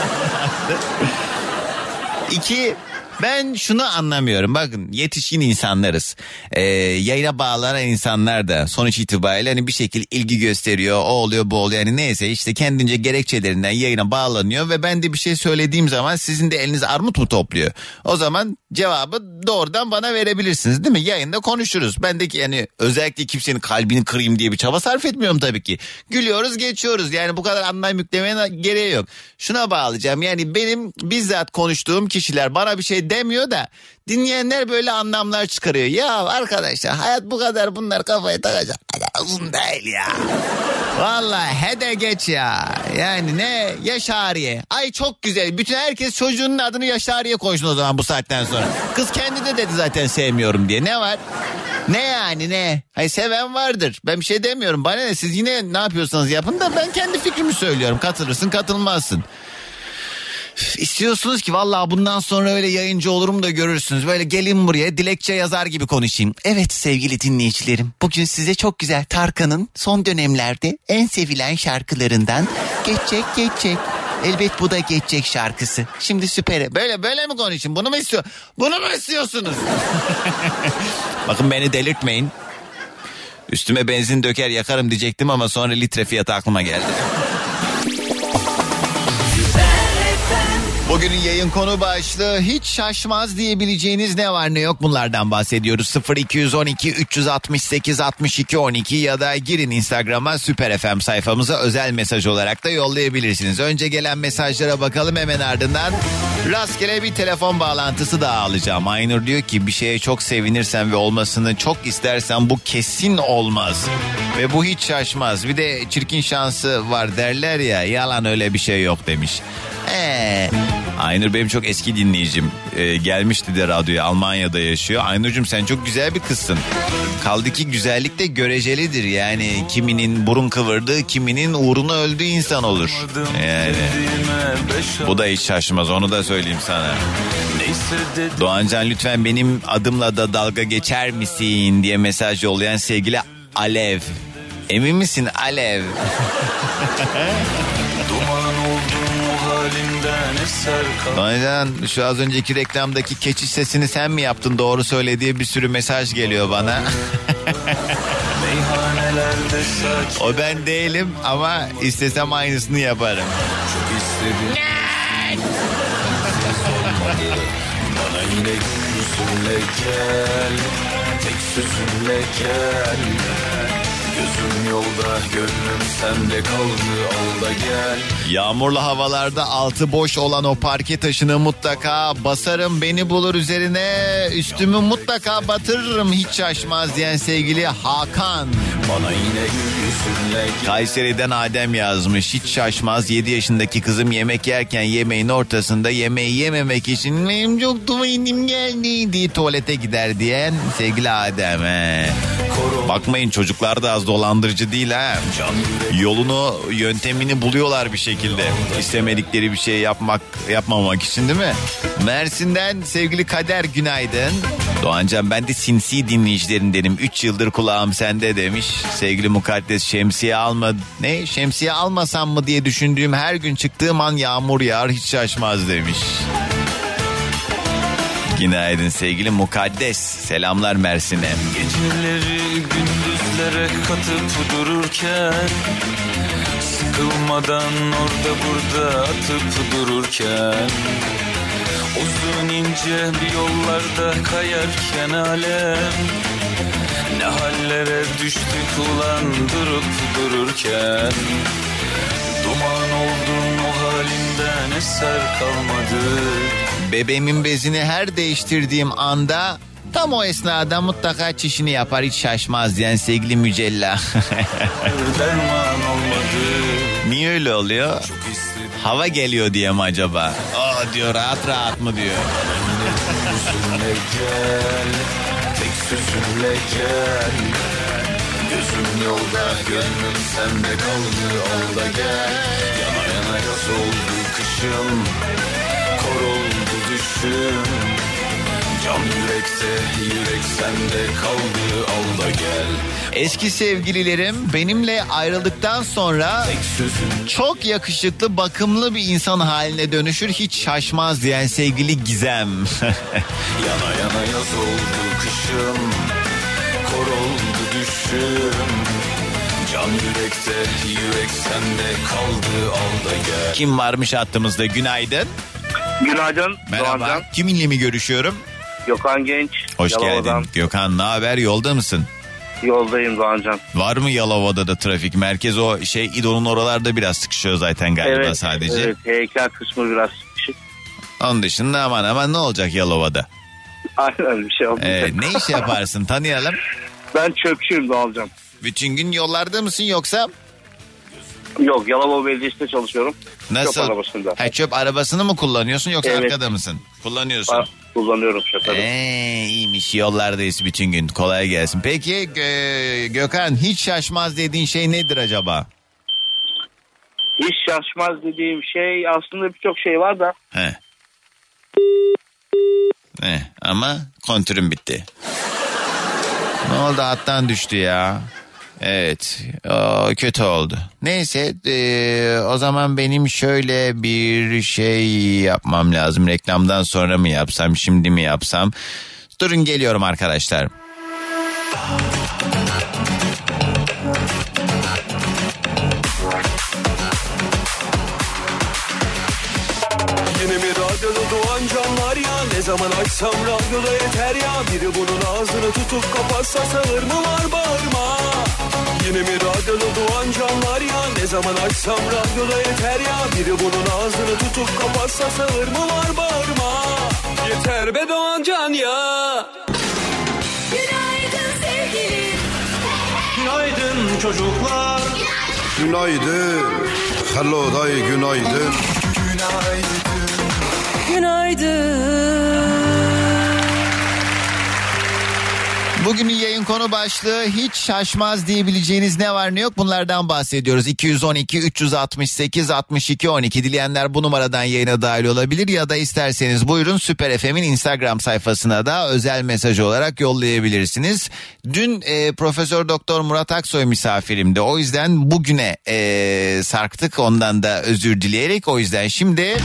İki, ben şunu anlamıyorum. Bakın, yetişkin insanlarız. Yayına bağlanan insanlar da sonuç itibariyle hani bir şekilde ilgi gösteriyor. O oluyor, bu oluyor. Yani neyse işte kendince gerekçelerinden yayına bağlanıyor ve ben de bir şey söylediğim zaman sizin de eliniz armut mu topluyor? O zaman cevabı doğrudan bana verebilirsiniz değil mi? Yayında konuşuruz. Ben de yani özellikle kimsenin kalbini kırayım diye bir çaba sarf etmiyorum tabii ki. Gülüyoruz, geçiyoruz. Yani bu kadar anlam yüklemeye gereği yok. Şuna bağlayacağım. Yani benim bizzat konuştuğum kişiler bana bir şey demiyor da dinleyenler böyle anlamlar çıkarıyor. Ya arkadaşlar, hayat bu kadar, bunlar kafaya takacak uzun değil ya. Vallahi hede geç ya. Yani ne Yaşariye. Ay çok güzel. Bütün herkes çocuğunun adını Yaşariye koysun o zaman bu saatten sonra. Kız kendi de dedi zaten sevmiyorum diye. Ne var? Ne yani ne? Hayır, seven vardır. Ben bir şey demiyorum. Bana ne, siz yine ne yapıyorsanız yapın da ben kendi fikrimi söylüyorum. Katılırsın, katılmazsın. İstiyorsunuz ki vallahi bundan sonra öyle yayıncı olurum da görürsünüz. Böyle gelin buraya dilekçe yazar gibi konuşayım. Evet sevgili dinleyicilerim, bugün size çok güzel Tarkan'ın son dönemlerde en sevilen şarkılarından Geçecek. Elbet bu da geçecek şarkısı. Şimdi süper. Böyle mi konuşayım? Bunu mu istiyorsunuz? Bakın beni delirtmeyin. Üstüme benzin döker yakarım diyecektim ama sonra litre fiyatı aklıma geldi. Bugünün yayın konu başlığı hiç şaşmaz diyebileceğiniz ne var ne yok bunlardan bahsediyoruz. 0212 368 62 12 ya da girin Instagram'a Süper FM sayfamıza özel mesaj olarak da yollayabilirsiniz. Önce gelen mesajlara bakalım, hemen ardından rastgele bir telefon bağlantısı daha alacağım. Aynur diyor ki bir şeye çok sevinirsen ve olmasını çok istersen bu kesin olmaz ve bu hiç şaşmaz. Bir de çirkin şansı var derler ya, yalan, öyle bir şey yok demiş. Aynur benim çok eski dinleyicim. Gelmişti de radyoya, Almanya'da yaşıyor. Aynur'cum sen çok güzel bir kızsın. Kaldı ki güzellik de görecelidir. Yani kiminin burun kıvırdığı, kiminin uğruna öldüğü insan olur. Yani bu da hiç şaşmaz, onu da söyleyeyim sana. Doğancan lütfen benim adımla da dalga geçer misin diye mesaj yollayan sevgili Alev. Emin misin Alev? Doğancan şu az önceki reklamdaki keçi sesini sen mi yaptın, doğru söyle diye bir sürü mesaj geliyor bana. O ben değilim ama istesem aynısını yaparım. Çok istedim. Bana yine yüzünle gel, tek sözünle gel. Gözüm yolda, gönlüm sende kaldı, al da gel. Yağmurlu havalarda altı boş olan o parke taşını mutlaka basarım, beni bulur üzerine, üstümü mutlaka batırırım, hiç şaşmaz diyen sevgili Hakan. Bana yine yüzünle gel. Kayseri'den Adem yazmış, hiç şaşmaz 7 yaşındaki kızım yemek yerken yemeğin ortasında yemeği yememek için benim çok tuvaletim geldi diye tuvalete gider diyen sevgili Adem. Bakmayın çocuklar da az dolandırıcı değil ha. Yolunu, yöntemini buluyorlar bir şekilde. İstemedikleri bir şey yapmamak için değil mi? Mersin'den sevgili Kader günaydın. Doğancan ben de sinsi dinleyicilerindenim. 3 yıldır kulağım sende demiş. Sevgili Mukaddes şemsiye almasam mı diye düşündüğüm her gün çıktığım an yağmur yağar, hiç şaşmaz demiş. Günaydın sevgili Mukaddes. Selamlar Mersin'e. Geceleri gündüzlere katıp dururken, sıkılmadan orada burada atıp dururken, uzun ince bir yollarda kayarken alem, ne hallere düştük ulan durup dururken, duman oldum o halinden eser kalmadı. Bebeğimin bezini her değiştirdiğim anda tam o esnada mutlaka çişini yapar, hiç şaşmaz diyen sevgili Mücella. Niye öyle oluyor? Hava geliyor diye mi acaba? Diyor, rahat rahat mı diyor. Tek sözünle gel. Gözüm yolda, gönlüm sende kaldı, al da gel. Yana yana yaz oldu kışım, kor oldu düşüm. Can yürekte, yürek sende kaldı, al da gel. Eski sevgililerim benimle ayrıldıktan sonra çok yakışıklı, bakımlı bir insan haline dönüşür, hiç şaşmaz diyen sevgili Gizem. Yana yana yaz oldu kışım, kor oldu düşüm. Can yürekte, yürek sende kaldı, al da gel. Kim varmış hattımızda? Günaydın. Günaydın. Merhaba. Doğancan. Kiminle mi görüşüyorum? Gökhan Genç. Hoş Yalova'dan. geldin. Gökhan, ne haber? Yolda mısın? Yoldayım Doğancan. Var mı Yalova'da da trafik? Merkez o İdo'nun oralarda biraz sıkışıyor zaten galiba, evet, sadece. Evet, heykel kısmı biraz sıkışık. Onun dışında aman ne olacak Yalova'da? Aynen, bir şey olmayacak. Ne iş yaparsın? Tanıyalım. Ben çöpçüyüm Doğancan. Bütün gün yollarda mısın yoksa? Yok, Yalova Belediyesi'nde çalışıyorum. Nasıl? Çöp arabasında. Çöp arabasını mı kullanıyorsun yoksa evet, arkada mısın? Kullanıyorsun. Kullanıyorum şoförü. İyiymiş, yollardayız bütün gün, kolay gelsin. Peki Gökhan, hiç şaşmaz dediğin şey nedir acaba? Hiç şaşmaz dediğim şey aslında birçok şey var da. Ama kontürüm bitti. Ne oldu, hattan düştü ya. Evet, kötü oldu. Neyse, o zaman benim şöyle bir şey yapmam lazım. Reklamdan sonra mı yapsam, şimdi mi yapsam? Durun, geliyorum arkadaşlar. Yine mi radyoda doğan canlar ya. Ne zaman açsam radyoda yeter ya. Biri bunun ağzını tutup kapatsa sağır mı var bağırma. Yine mi radyoda doğan canlar ya. Ne zaman açsam radyoda yeter ya. Biri bunun ağzını tutup kapatsa sağır mı var bağırma. Yeter be doğan can ya. Günaydın sevgilim. Günaydın çocuklar. Günaydın. Hello day günaydın. Günaydın. Bugünün yayın konu başlığı hiç şaşmaz diyebileceğiniz ne var ne yok bunlardan bahsediyoruz. 212 368 62 12 dileyenler bu numaradan yayına dahil olabilir ya da isterseniz buyurun Süper FM'in Instagram sayfasına da özel mesaj olarak yollayabilirsiniz. Dün Profesör Doktor Murat Aksoy misafirimdi, o yüzden bugüne sarktık, ondan da özür dileyerek. O yüzden şimdi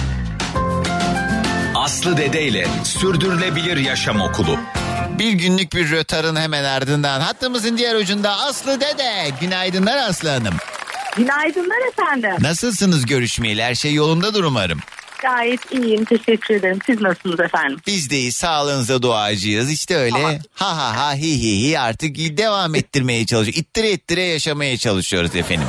Aslı Dede ile Sürdürülebilir Yaşam Okulu. bir günlük bir rötarın hemen ardından hattımızın diğer ucunda Aslı Dede. Günaydınlar Aslı Hanım. Günaydınlar efendim. Nasılsınız görüşmeyeli? Her şey yolundadır umarım. Gayet iyiyim, teşekkür ederim. Siz nasılsınız efendim? Biz de iyi, sağlığınıza duacıyız. İşte öyle ha hi artık devam ettirmeye çalışıyoruz. İttire ittire yaşamaya çalışıyoruz efendim.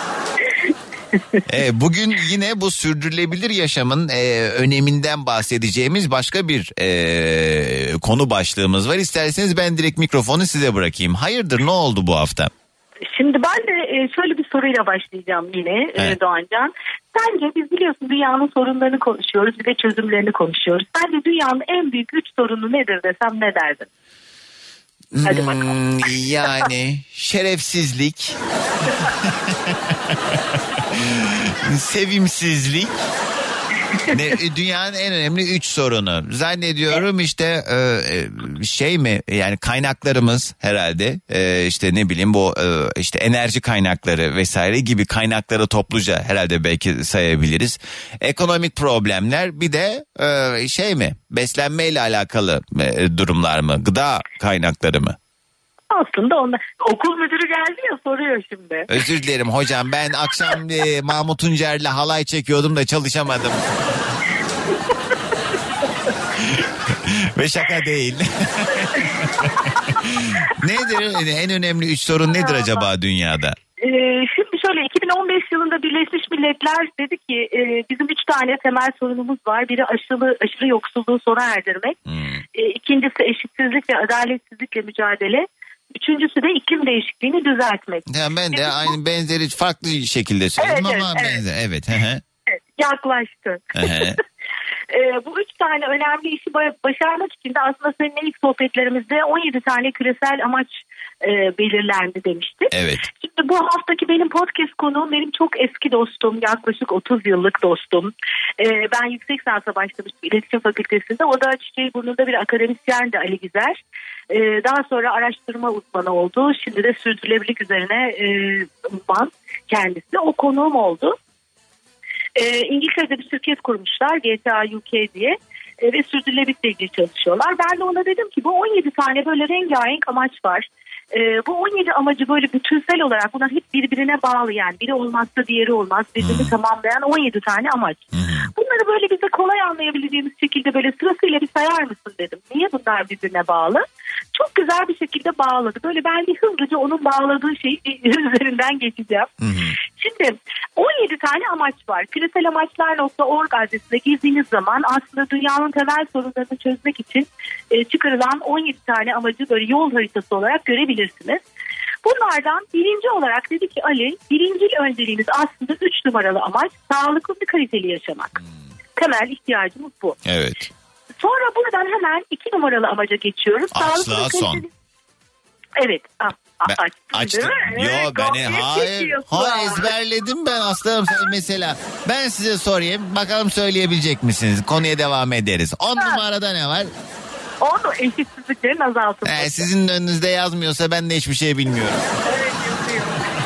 Bugün yine bu sürdürülebilir yaşamın öneminden bahsedeceğimiz başka bir konu başlığımız var. İsterseniz ben direkt mikrofonu size bırakayım. Hayırdır, ne oldu bu hafta? Şimdi ben de şöyle bir soruyla başlayacağım yine Doğancan. Sence biz biliyorsun dünyanın sorunlarını konuşuyoruz, bir de çözümlerini konuşuyoruz. Sence dünyanın en büyük 3 sorunu nedir desem ne derdin? Hadi bakalım. Yani şerefsizlik, sevimsizlik, dünyanın en önemli 3 sorunu. Zannediyorum işte şey mi, yani kaynaklarımız herhalde, işte ne bileyim bu işte enerji kaynakları vesaire gibi kaynakları topluca herhalde belki sayabiliriz. Ekonomik problemler, bir de şey mi, beslenmeyle alakalı durumlar mı, gıda kaynakları mı? Aslında onlar, okul müdürü geldi ya, soruyor şimdi. Özür dilerim hocam, ben akşam Mahmut Tuncer'le halay çekiyordum da çalışamadım. Ve şaka değil. Nedir en önemli 3 sorun, nedir acaba dünyada? Şimdi şöyle, 2015 yılında Birleşmiş Milletler dedi ki bizim 3 tane temel sorunumuz var. Biri aşırı yoksulluğu sona erdirmek. İkincisi eşitsizlik ve adaletsizlikle mücadele. Üçüncüsü de iklim değişikliğini düzeltmek. Ya ben de aynı benzeri farklı şekilde söyledim ama benzer. Evet. Yaklaştı. Bu 3 tane önemli işi başarmak için de aslında seninle ilk sohbetlerimizde 17 tane küresel amaç belirlendi demiştik. Evet. Şimdi bu haftaki benim podcast konuğum benim çok eski dostum, yaklaşık 30 yıllık dostum. Ben yüksek lisansa başlamıştım İletişim Fakültesi'nde. O da Çiçeğiburnu'nda bir akademisyendi, Ali Gizer. Daha sonra araştırma uzmanı oldu. Şimdi de sürdürülebilirlik üzerine uzman kendisi. O konuğum oldu. İngiltere'de bir şirket kurmuşlar, GTA UK diye, ve sürdürülebilirlikle ilgili çalışıyorlar. Ben de ona dedim ki bu 17 tane böyle rengarenk amaç var. Bu 17 amacı böyle bütünsel olarak, bunlar hep birbirine bağlı, yani biri olmazsa diğeri olmaz, birbirini tamamlayan 17 tane amaç. Bunları böyle bize kolay anlayabileceğimiz şekilde böyle sırasıyla bir sayar mısın dedim. Niye bunlar birbirine bağlı? Çok güzel bir şekilde bağladı. Böyle ben bir hızlıca onun bağladığı şeyi üzerinden geçeceğim. Şimdi 17 tane amaç var. Küreselamaçlar.org adresine girdiğiniz zaman aslında dünyanın temel sorunlarını çözmek için çıkarılan 17 tane amacı böyle yol haritası olarak görebilirsiniz. Bunlardan birinci olarak dedi ki Ali, birincil önceliğimiz aslında 3 numaralı amaç sağlıklı bir kaliteli yaşamak. Temel ihtiyacımız bu. Evet. Sonra buradan hemen 2 numaralı amaca geçiyoruz. Asla son. Evet. Açtım. Yo ben hayır ezberledim ben aslanım. Mesela ben size sorayım, bakalım söyleyebilecek misiniz? Konuya devam ederiz. 10 numarada ne var? Onu eşitsizliklerin azaltılması. Sizin önünüzde yazmıyorsa ben de hiçbir şey bilmiyorum. Evet, yazıyor.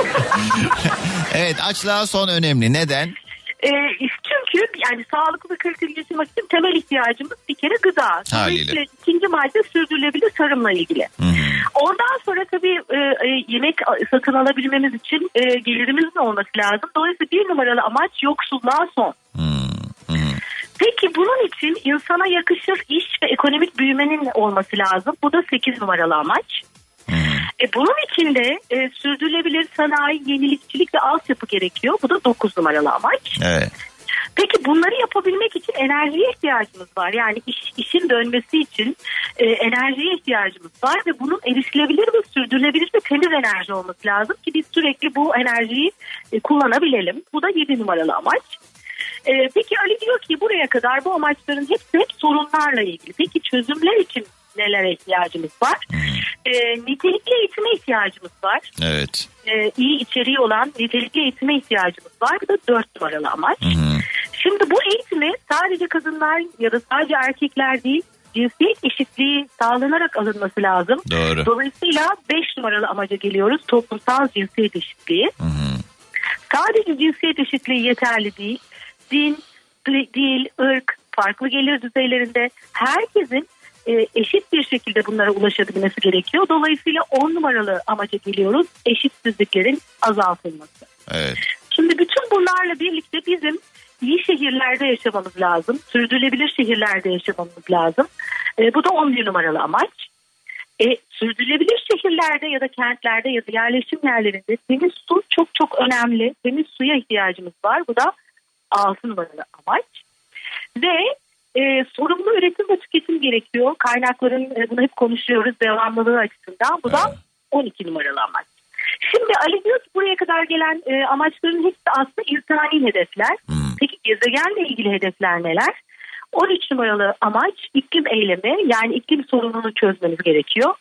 Evet, açlığa son önemli. Neden? Çünkü yani sağlıklı ve kaliteli yaşamak için temel ihtiyacımız bir kere gıda. Haliyle. İkinci madde sürdürülebilir tarımla ilgili. Ondan sonra tabii yemek satın alabilmemiz için gelirimizin olması lazım. Dolayısıyla 1 numaralı amaç yoksulluğa son. Peki bunun için insana yakışır iş ve ekonomik büyümenin olması lazım. Bu da 8 numaralı amaç. Bunun için de sürdürülebilir sanayi, yenilikçilik ve altyapı gerekiyor. Bu da 9 numaralı amaç. Evet. Peki bunları yapabilmek için enerjiye ihtiyacımız var. Yani işin dönmesi için enerjiye ihtiyacımız var ve bunun erişilebilir ve sürdürülebilir ve temiz enerji olması lazım ki biz sürekli bu enerjiyi kullanabilelim. Bu da 7 numaralı amaç. Peki Ali diyor ki buraya kadar bu amaçların hepsi hep sorunlarla ilgili. Peki çözümler için nelere ihtiyacımız var? Nitelikli eğitime ihtiyacımız var. Evet. İyi içeriği olan nitelikli eğitime ihtiyacımız var. Bu da 4 numaralı amaç. Şimdi bu eğitimi sadece kadınlar ya da sadece erkekler değil, cinsiyet eşitliği sağlanarak alınması lazım. Doğru. Dolayısıyla 5 numaralı amaca geliyoruz. Toplumsal cinsiyet eşitliği. Sadece cinsiyet eşitliği yeterli değil. Din, dil, ırk, farklı gelir düzeylerinde herkesin eşit bir şekilde bunlara ulaşabilmesi gerekiyor. Dolayısıyla 10 numaralı amaca geliyoruz. Eşitsizliklerin azaltılması. Evet. Şimdi bütün bunlarla birlikte bizim iyi şehirlerde yaşamamız lazım. Sürdürülebilir şehirlerde yaşamamız lazım. Bu da 11 numaralı amaç. Sürdürülebilir şehirlerde ya da kentlerde ya da yerleşim yerlerinde temiz su çok çok önemli. Temiz suya ihtiyacımız var. Bu da 6 numaralı amaç. Ve sorumlu üretim ve tüketim gerekiyor. Kaynakların bunu hep konuşuyoruz devamlılığı açısından. Bu da 12 numaralı amaç. Şimdi Ali diyor ki buraya kadar gelen amaçların hepsi aslında insani hedefler. Peki gezegenle ilgili hedefler neler? 13 numaralı amaç iklim eylemi, yani iklim sorununu çözmemiz gerekiyor.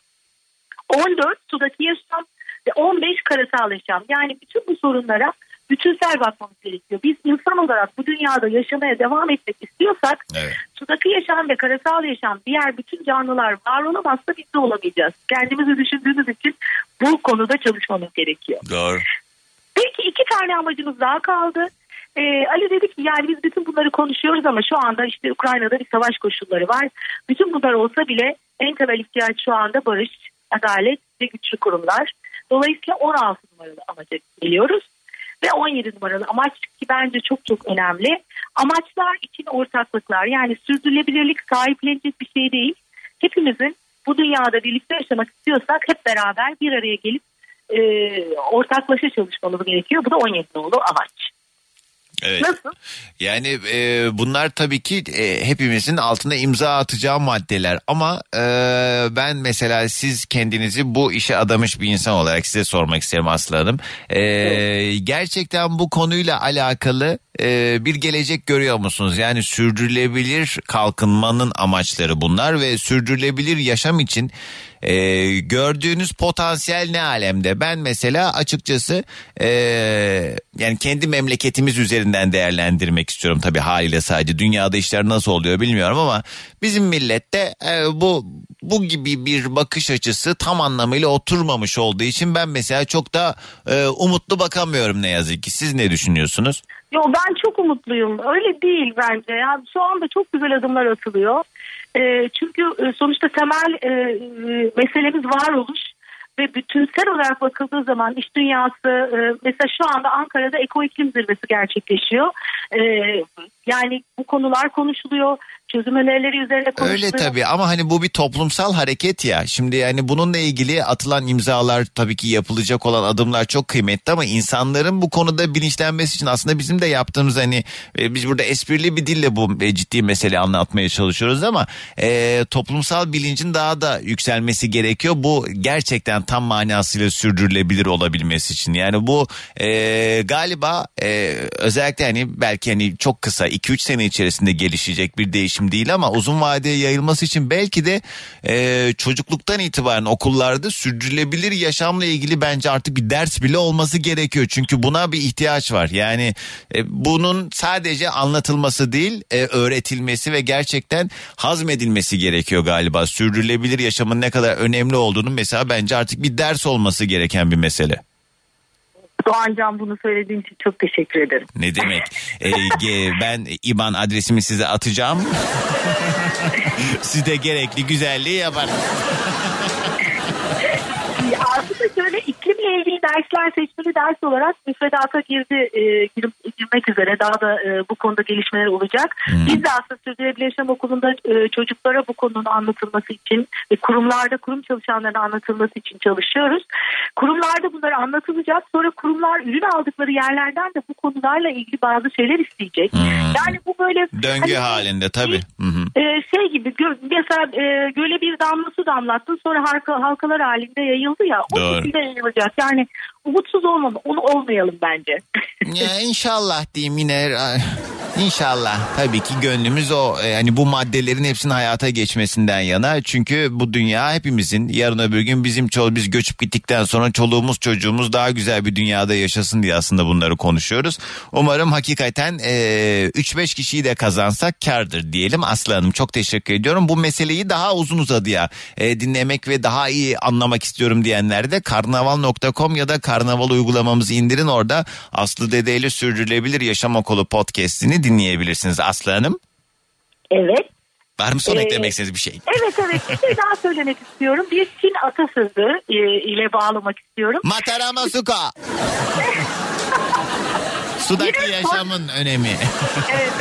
14 sudaki yaşam ve 15 karasal yaşam, yani bütün bu sorunlara bütünsel bakmamız gerekiyor. Biz insan olarak bu dünyada yaşamaya devam etmek istiyorsak sudaki yaşam ve karasal yaşam, diğer bütün canlılar var olamazsa biz de olamayacağız. Kendimizi düşündüğümüz için bu konuda çalışmamız gerekiyor. Doğru. Peki 2 tane amacımız daha kaldı. Ali dedi ki yani biz bütün bunları konuşuyoruz ama şu anda işte Ukrayna'da bir savaş koşulları var. Bütün bunlar olsa bile en temel ihtiyaç şu anda barış, adalet ve güçlü kurumlar. Dolayısıyla 16 numaralı amaca geliyoruz. Ve 17 numaralı amaç ki bence çok çok önemli. Amaçlar için ortaklıklar, yani sürdürülebilirlik sahiplenecek bir şey değil. Hepimizin bu dünyada birlikte yaşamak istiyorsak hep beraber bir araya gelip ortaklaşa çalışmamız gerekiyor. Bu da 17 numaralı amaç. Evet. Nasıl? Yani bunlar tabii ki hepimizin altına imza atacağı maddeler ama ben mesela siz kendinizi bu işe adamış bir insan olarak size sormak isterim Aslı Hanım. Gerçekten bu konuyla alakalı bir gelecek görüyor musunuz? Yani sürdürülebilir kalkınmanın amaçları bunlar ve sürdürülebilir yaşam için gördüğünüz potansiyel ne alemde? Ben mesela açıkçası yani kendi memleketimiz üzerinden değerlendirmek istiyorum tabii, haliyle sadece dünyada işler nasıl oluyor bilmiyorum ama bizim millette bu gibi bir bakış açısı tam anlamıyla oturmamış olduğu için ben mesela çok da umutlu bakamıyorum ne yazık ki. Siz ne düşünüyorsunuz? Yo, ben çok umutluyum. Öyle değil bence. Yani şu anda çok güzel adımlar atılıyor. Çünkü sonuçta temel meselemiz varoluş ve bütünsel olarak bakıldığı zaman iş dünyası, mesela şu anda Ankara'da Eko İklim Zirvesi gerçekleşiyor. Yani bu konular konuşuluyor. Çözüm önerileri üzerine konuşuluyor. Öyle tabii ama hani bu bir toplumsal hareket ya. Şimdi yani bununla ilgili atılan imzalar, tabii ki yapılacak olan adımlar çok kıymetli ama insanların bu konuda bilinçlenmesi için aslında bizim de yaptığımız, hani biz burada esprili bir dille bu ciddi meseleyi anlatmaya çalışıyoruz ama toplumsal bilincin daha da yükselmesi gerekiyor. Bu gerçekten tam manasıyla sürdürülebilir olabilmesi için. Yani bu galiba özellikle hani belki hani çok kısa 2-3 sene içerisinde gelişecek bir değişim değil ama uzun vadeye yayılması için belki de çocukluktan itibaren okullarda sürdürülebilir yaşamla ilgili bence artık bir ders bile olması gerekiyor. Çünkü buna bir ihtiyaç var. Yani bunun sadece anlatılması değil, öğretilmesi ve gerçekten hazmedilmesi gerekiyor galiba. Sürdürülebilir yaşamın ne kadar önemli olduğunu mesela bence artık bir ders olması gereken bir mesele. Doğancan, bunu söylediğin için çok teşekkür ederim. Ne demek? Ben IBAN adresimi size atacağım. Siz de gerekli güzelliği yaparız. Aslında şöyle iklimle ilgili dersler seçmeli ders olarak müfredata girmek üzere, daha da bu konuda gelişmeler olacak. Biz de aslında Sürdürülebilir Yaşam Okulu'nda çocuklara bu konunun anlatılması için ve kurumlarda kurum çalışanlarına anlatılması için çalışıyoruz. Kurumlarda bunlar anlatılacak. Sonra kurumlar ürün aldıkları yerlerden de bu konularla ilgili bazı şeyler isteyecek. Yani bu böyle döngü halinde tabii. Şey gibi mesela göle bir damla su damlattın, sonra halkalar halinde yayıldı ya, o şekilde yayılacak. Yani umutsuz olmayalım bence. Ya inşallah diyeyim yine. İnşallah. Tabii ki gönlümüz o. Yani bu maddelerin hepsinin hayata geçmesinden yana. Çünkü bu dünya hepimizin. Yarın öbür gün biz göçüp gittikten sonra çoluğumuz çocuğumuz daha güzel bir dünyada yaşasın diye aslında bunları konuşuyoruz. Umarım hakikaten 3-5 kişiyi de kazansak kârdır diyelim. Aslı Hanım, çok teşekkür ediyorum. Bu meseleyi daha uzun uzadıya dinlemek ve daha iyi anlamak istiyorum diyenler de karnaval.com ya da Karnaval uygulamamızı indirin. Orada Aslı Dede ile Sürdürülebilir Yaşam Okulu podcast'ini dinleyebilirsiniz Aslı Hanım. Evet. Var mı son eklemek istediğiniz bir şey? Evet. Bir şey daha söylemek istiyorum. Bir Çin atasözü ile bağlamak istiyorum. Matarama suka. Sudaki yaşamın önemi. Evet.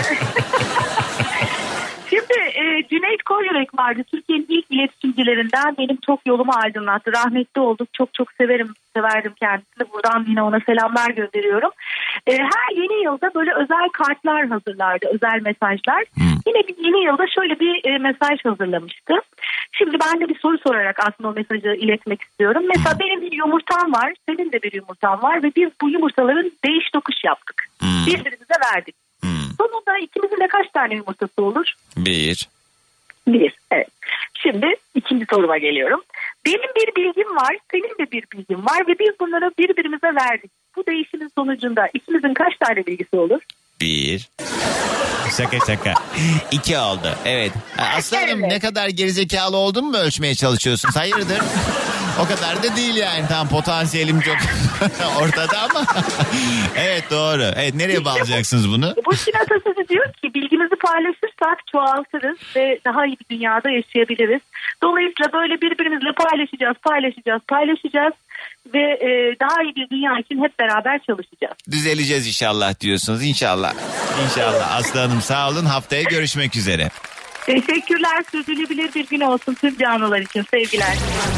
Şimdi Cüneyt Kolyürek vardı. Türkiye'nin ilk iletişimcilerinden, benim çok yolumu aydınlattı. Rahmetli olduk. Çok severdim kendisini. Buradan yine ona selamlar gönderiyorum. Her yeni yılda böyle özel kartlar hazırlardı. Özel mesajlar. Yine bir yeni yılda şöyle bir mesaj hazırlamıştı. Şimdi ben de bir soru sorarak aslında o mesajı iletmek istiyorum. Mesela benim bir yumurtam var. Senin de bir yumurtan var. Ve biz bu yumurtaların değiş tokuş yaptık. Birbirimize verdik. Sonunda ikimizin de kaç tane yumurtası olur? Bir, evet. Şimdi ikinci soruma geliyorum. Benim bir bilgim var, senin de bir bilgin var ve biz bunları birbirimize verdik. Bu değişimin sonucunda ikimizin kaç tane bilgisi olur? Bir. Şaka. 2 oldu. Evet. Aslanım, ne kadar gerizekalı oldun mu ölçmeye çalışıyorsun? Hayırdır? O kadar da değil yani. Tam potansiyelim çok ortada ama. Evet, doğru. Evet, nereye bağlayacaksınız bunu? Bu Çin atasözü diyor ki bilgimizi paylaşırsak çoğaltırız ve daha iyi bir dünyada yaşayabiliriz. Dolayısıyla böyle birbirimizle paylaşacağız ve daha iyi bir dünya için hep beraber çalışacağız. Düzeleceğiz inşallah diyorsunuz. İnşallah. Aslı Hanım, sağ olun. Haftaya görüşmek üzere. Teşekkürler. Sürdürülebilir bir gün olsun tüm canlılar için. Sevgiler.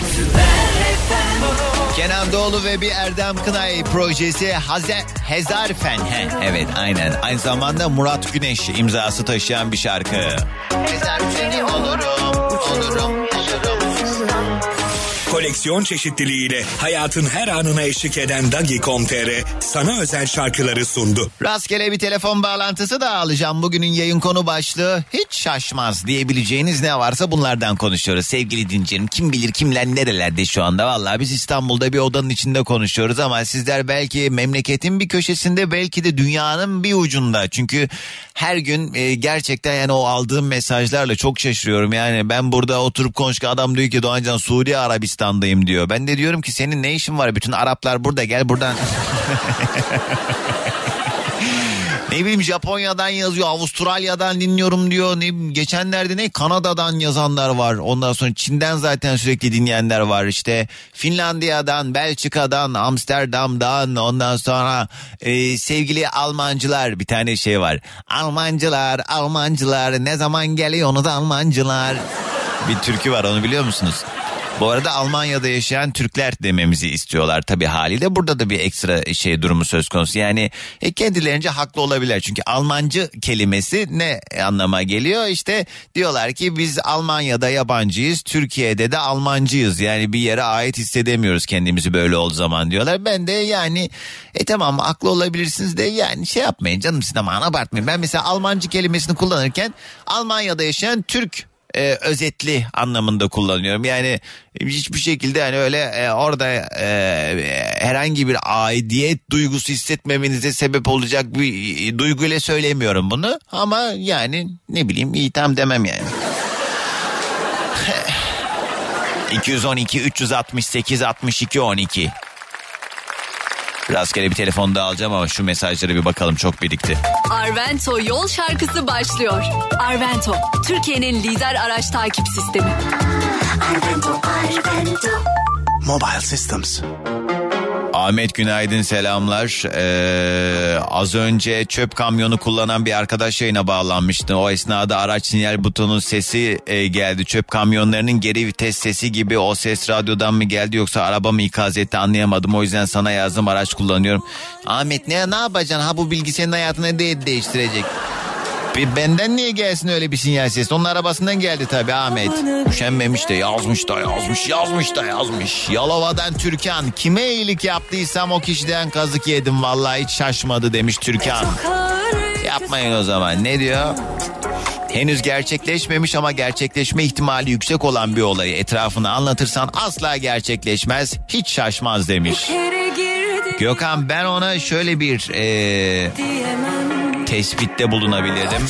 Kenan Doğulu ve bir Erdem Kınay projesi Hezarfen. Evet, aynen. Aynı zamanda Murat Güneş imzası taşıyan bir şarkı. Hezarfeni olurum, yaşarım. Koleksiyon çeşitliliğiyle hayatın her anına eşlik eden Dagi.com.tr sana özel şarkıları sundu. Rastgele bir telefon bağlantısı da alacağım. Bugünün yayın konu başlığı hiç şaşmaz diyebileceğiniz ne varsa bunlardan konuşuyoruz. Sevgili dinleyicilerim, kim bilir kimler nerelerde şu anda. Vallahi biz İstanbul'da bir odanın içinde konuşuyoruz ama sizler belki memleketin bir köşesinde, belki de dünyanın bir ucunda. Çünkü her gün gerçekten yani o aldığım mesajlarla çok şaşırıyorum. Yani ben burada oturup konuşurken adam diyor ki Doğancan Suudi Arabistan'dayım diyor. Ben de diyorum ki senin ne işin var? Bütün Araplar burada, gel buradan. Ne bileyim, Japonya'dan yazıyor, Avustralya'dan dinliyorum diyor. Geçenlerde Kanada'dan yazanlar var. Ondan sonra Çin'den zaten sürekli dinleyenler var. İşte Finlandiya'dan, Belçika'dan, Amsterdam'dan, ondan sonra sevgili Almancılar, bir tane şey var. Almancılar ne zaman geliyorsunuz Almancılar? Bir türkü var, onu biliyor musunuz? Bu arada Almanya'da yaşayan Türkler dememizi istiyorlar tabii haliyle. Burada da bir ekstra durumu söz konusu. Yani kendilerince haklı olabilir. Çünkü Almancı kelimesi ne anlama geliyor? İşte diyorlar ki biz Almanya'da yabancıyız, Türkiye'de de Almancıyız. Yani bir yere ait hissedemiyoruz kendimizi böyle olduğu zaman diyorlar. Ben de yani tamam haklı olabilirsiniz de yani yapmayın canım, siz aman abartmayın. Ben mesela Almancı kelimesini kullanırken Almanya'da yaşayan Türk özetli anlamında kullanıyorum. Yani hiçbir şekilde yani öyle orada herhangi bir aidiyet duygusu hissetmemenize sebep olacak bir duyguyla söylemiyorum bunu. Ama yani ne bileyim, iyi tam demem yani. 212 368 62 12. Rastgele bir telefon da alacağım ama şu mesajlara bir bakalım, çok birikti. Arvento yol şarkısı başlıyor. Arvento, Türkiye'nin lider araç takip sistemi. Arvento. Mobile Systems. Ahmet günaydın, selamlar. Az önce çöp kamyonu kullanan bir arkadaş yayına bağlanmıştı. O esnada araç sinyal butonunun sesi geldi. Çöp kamyonlarının geri vites sesi gibi. O ses radyodan mı geldi yoksa araba mı ikaz etti anlayamadım. O yüzden sana yazdım, araç kullanıyorum. Ahmet ne yapacaksın? Ha, bu bilgi senin hayatını değiştirecek. Benden niye gelsin öyle bir sinyal sesi? Onun arabasından geldi tabii Ahmet. Üşenmemiş de yazmış. Yalova'dan Türkan. Kime iyilik yaptıysam o kişiden kazık yedim. Vallahi hiç şaşmadı demiş Türkan. Yapmayın o zaman. Ne diyor? Henüz gerçekleşmemiş ama gerçekleşme ihtimali yüksek olan bir olayı etrafına anlatırsan asla gerçekleşmez. Hiç şaşmaz demiş. Gökhan, ben ona şöyle bir tespitte bulunabilirim.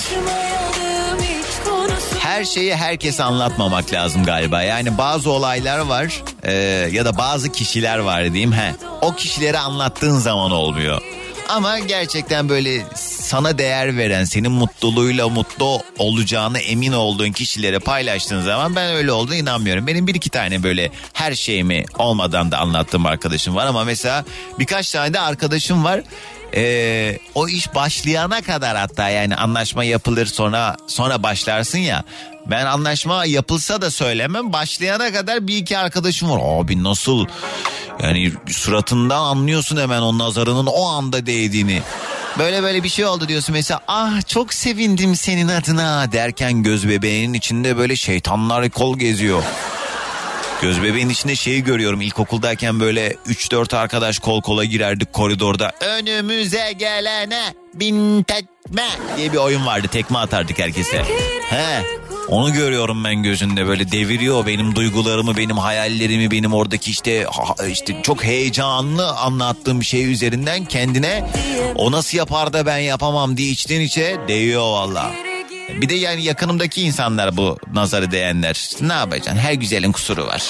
Her şeyi herkese anlatmamak lazım galiba. Yani bazı olaylar var ya da bazı kişiler var diyeyim. O kişileri anlattığın zaman olmuyor. Ama gerçekten böyle sana değer veren, senin mutluluğuyla mutlu olacağına emin olduğun kişileri paylaştığın zaman ben öyle olduğuna inanmıyorum. Benim bir iki tane böyle her şeyimi olmadan da anlattığım arkadaşım var ama mesela birkaç tane de arkadaşım var. O iş başlayana kadar, hatta yani anlaşma yapılır sonra başlarsın ya. Ben anlaşma yapılsa da söylemem, başlayana kadar bir iki arkadaşım var. Abi nasıl, yani suratından anlıyorsun hemen o nazarının o anda değdiğini. Böyle bir şey oldu diyorsun mesela, ah çok sevindim senin adına derken göz bebeğinin içinde böyle şeytanlar kol geziyor. Göz bebeğin içinde şeyi görüyorum, ilkokuldayken böyle 3-4 arkadaş kol kola girerdik koridorda. Önümüze gelene bin tekme diye bir oyun vardı, tekme atardık herkese. Onu görüyorum ben gözünde, böyle deviriyor benim duygularımı, benim hayallerimi, benim oradaki işte çok heyecanlı anlattığım şey üzerinden kendine o nasıl yapar da ben yapamam diye içten içe değiyor valla. Bir de yani yakınımdaki insanlar bu nazarı değenler. İşte ne yapacaksın? Her güzelin kusuru var.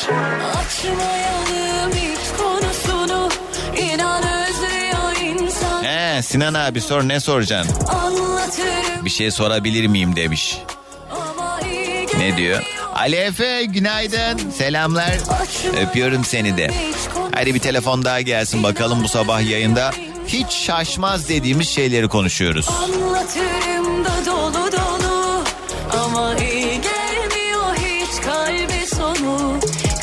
Sinan abi sor, ne soracaksın? Bir şey sorabilir miyim demiş. Ne diyor? Ali Efe günaydın, selamlar, öpüyorum seni de. Hadi bir telefon daha gelsin bakalım bu sabah yayında. Hiç şaşmaz dediğimiz şeyleri konuşuyoruz. Anlatırım da dolu dolu ama iyi gelmiyor hiç kalbe sonu.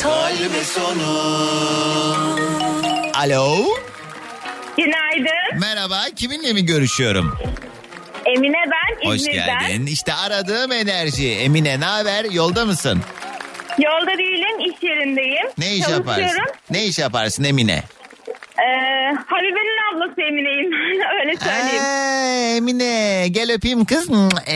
Alo. Günaydın. Merhaba, kiminle mi görüşüyorum? Emine ben, Hoş İzmir'den. geldin. İşte aradığım enerji. Emine, ne haber? Yolda mısın? Yolda değilim, iş yerindeyim. Ne iş yaparsın? Ne iş yaparsın Emine? Habibe'nin ablası Emine'yim. Öyle söyleyeyim. Emine gel öpeyim kız.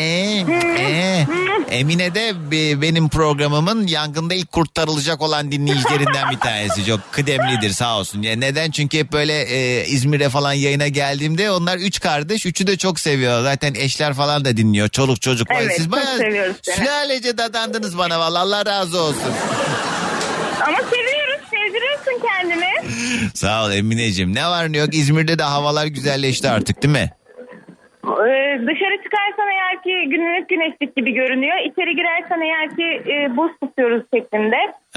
Emine de benim programımın yangında ilk kurtarılacak olan dinleyicilerinden bir tanesi. Çok kıdemlidir sağ olsun. Yani neden? Çünkü hep böyle İzmir'e falan yayına geldiğimde onlar 3 kardeş. 3'ü de çok seviyor. Zaten eşler falan da dinliyor. Çoluk çocuk. Evet, siz çok seviyoruz seni. Sülalece dadandınız bana vallahi, Allah razı olsun. Ama seviyoruz, sevdiriyorsun kendini. Sağ ol Emineciğim. Ne var ne yok, İzmir'de de havalar güzelleşti artık değil mi? Dışarı çıkarsan eğer ki günlük güneşlik gibi görünüyor. İçeri girersen eğer ki buz tutuyoruz şeklinde.